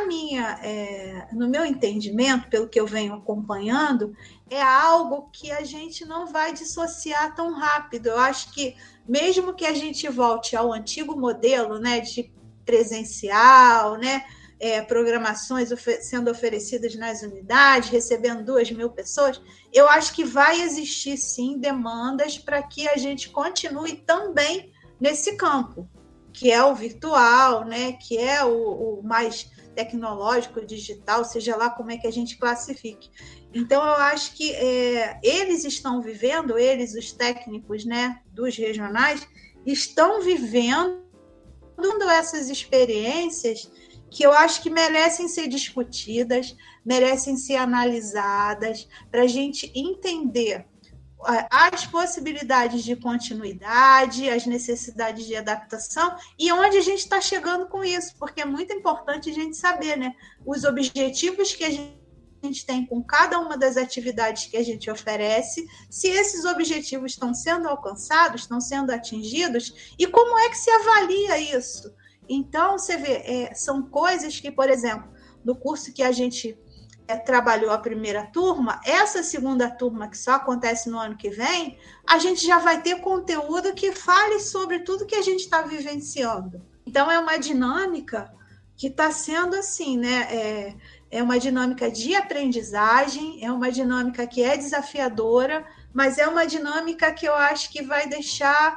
no meu entendimento, pelo que eu venho acompanhando, é algo que a gente não vai dissociar tão rápido. Eu acho que mesmo que a gente volte ao antigo modelo, né, de presencial, né, programações sendo oferecidas nas unidades, recebendo 2.000 pessoas, eu acho que vai existir sim demandas para que a gente continue também nesse campo, que é o virtual, né, que é o mais tecnológico, digital, seja lá como é que a gente classifique. Então, eu acho que eles estão vivendo, os técnicos, né, dos regionais, estão vivendo essas experiências que eu acho que merecem ser discutidas, merecem ser analisadas, para a gente entender as possibilidades de continuidade, as necessidades de adaptação e onde a gente está chegando com isso, porque é muito importante a gente saber, né, os objetivos que a gente tem com cada uma das atividades que a gente oferece, se esses objetivos estão sendo alcançados, estão sendo atingidos e como é que se avalia isso. Então, você vê, são coisas que, por exemplo, no curso que a gente trabalhou a primeira turma, essa segunda turma, que só acontece no ano que vem, a gente já vai ter conteúdo que fale sobre tudo que a gente está vivenciando. Então, é uma dinâmica que está sendo assim, né? É uma dinâmica de aprendizagem, é uma dinâmica que é desafiadora, mas é uma dinâmica que eu acho que vai deixar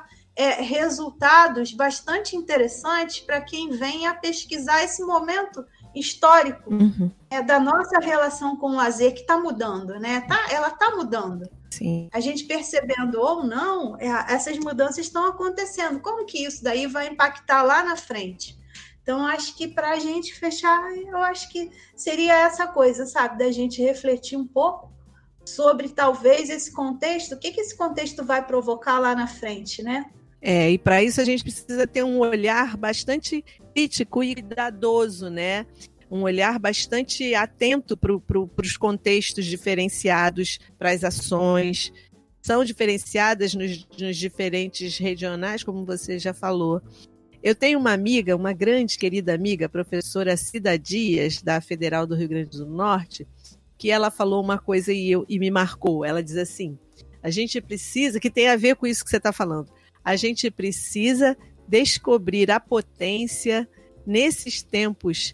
resultados bastante interessantes para quem vem a pesquisar esse momento histórico da nossa relação com o lazer, que está mudando, né? Ela está mudando. Sim. A gente percebendo ou não, essas mudanças estão acontecendo. Como que isso daí vai impactar lá na frente? Então, acho que para a gente fechar, eu acho que seria essa coisa, sabe? Da gente refletir um pouco sobre, talvez, esse contexto, o que esse contexto vai provocar lá na frente, né? E para isso a gente precisa ter um olhar bastante crítico e cuidadoso, né? Um olhar bastante atento para os contextos diferenciados, para as ações. São diferenciadas nos diferentes regionais, como você já falou. Eu tenho uma amiga, uma grande querida amiga, a professora Cida Dias, da Federal do Rio Grande do Norte, que ela falou uma coisa e me marcou. Ela diz assim, a gente precisa, que tem a ver com isso que você está falando, a gente precisa descobrir a potência nesses tempos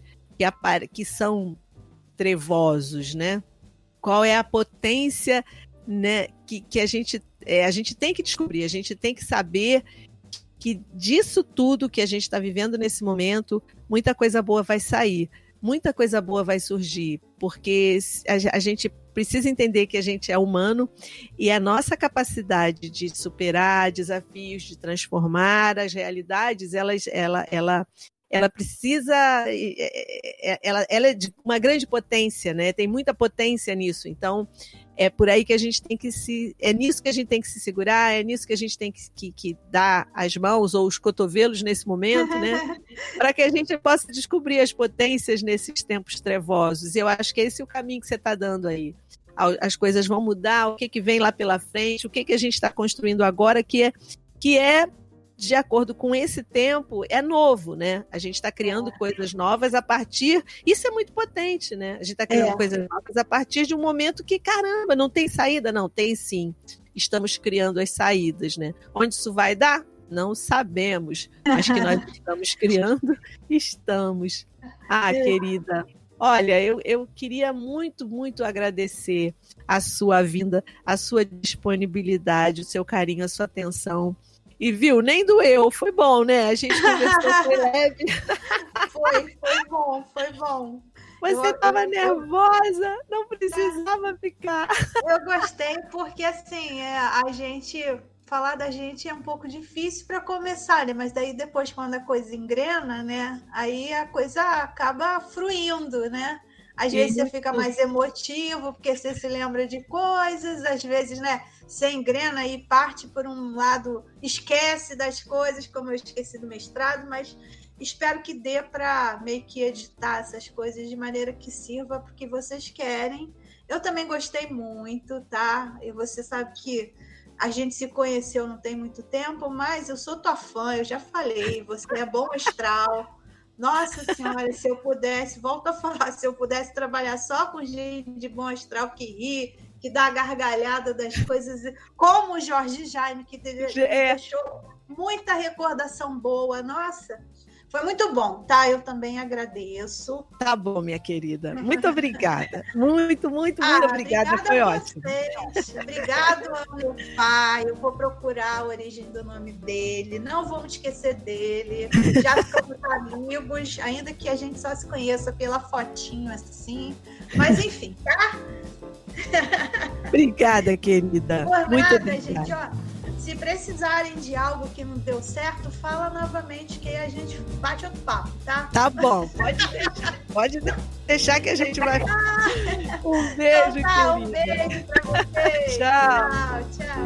que são trevosos, né? Qual é a potência, né, que a gente tem que descobrir, a gente tem que saber que disso tudo que a gente está vivendo nesse momento, muita coisa boa vai sair, muita coisa boa vai surgir, porque a gente precisa entender que a gente é humano e a nossa capacidade de superar desafios, de transformar as realidades, ela precisa, ela é de uma grande potência, né? Tem muita potência nisso, então é por aí que a gente tem que é nisso que a gente tem que se segurar, é nisso que a gente tem que dar as mãos ou os cotovelos nesse momento, né? Para que a gente possa descobrir as potências nesses tempos trevosos. E eu acho que esse é o caminho que você está dando aí. As coisas vão mudar, o que vem lá pela frente, o que a gente está construindo agora, que é de acordo com esse tempo, é novo, né? A gente está criando coisas novas a partir... Isso é muito potente, né? A gente está criando coisas novas a partir de um momento que, caramba, não tem saída? Não, tem sim. Estamos criando as saídas, né? Onde isso vai dar? Não sabemos. Mas que nós estamos criando, estamos. Querida... Olha, eu queria muito, muito agradecer a sua vinda, a sua disponibilidade, o seu carinho, a sua atenção. E viu, nem doeu, foi bom, né? A gente conversou, foi leve. Foi bom. Você estava nervosa, não precisava ficar. Eu gostei porque, assim, falar da gente é um pouco difícil para começar, né? Mas daí depois, quando a coisa engrena, né? Aí a coisa acaba fluindo, né? Às vezes você fica mais emotivo, porque você se lembra de coisas, às vezes, né, você engrena e parte por um lado, esquece das coisas, como eu esqueci do mestrado, mas espero que dê para meio que editar essas coisas de maneira que sirva para o que vocês querem. Eu também gostei muito, tá? E você sabe que a gente se conheceu não tem muito tempo, mas eu sou tua fã, eu já falei, você é bom astral. Nossa Senhora, se eu pudesse, volto a falar, se eu pudesse trabalhar só com gente de bom astral que ri, que dá a gargalhada das coisas, como o Jorge Jaime, que deixou muita recordação boa. Nossa, foi muito bom, tá? Eu também agradeço. Tá bom, minha querida. Muito obrigada. Muito obrigada. Foi ótimo. Obrigado ao meu pai. Eu vou procurar a origem do nome dele. Não vou me esquecer dele. Já somos amigos, ainda que a gente só se conheça pela fotinho assim. Mas enfim, tá? Obrigada, querida. Por muito nada, obrigada. gente. Ó, se precisarem de algo que não deu certo, fala novamente que aí a gente bate outro papo, tá? Tá bom, pode deixar que a gente vai. Um beijo, então, tá, querida. Um beijo pra vocês. Tchau. Tchau.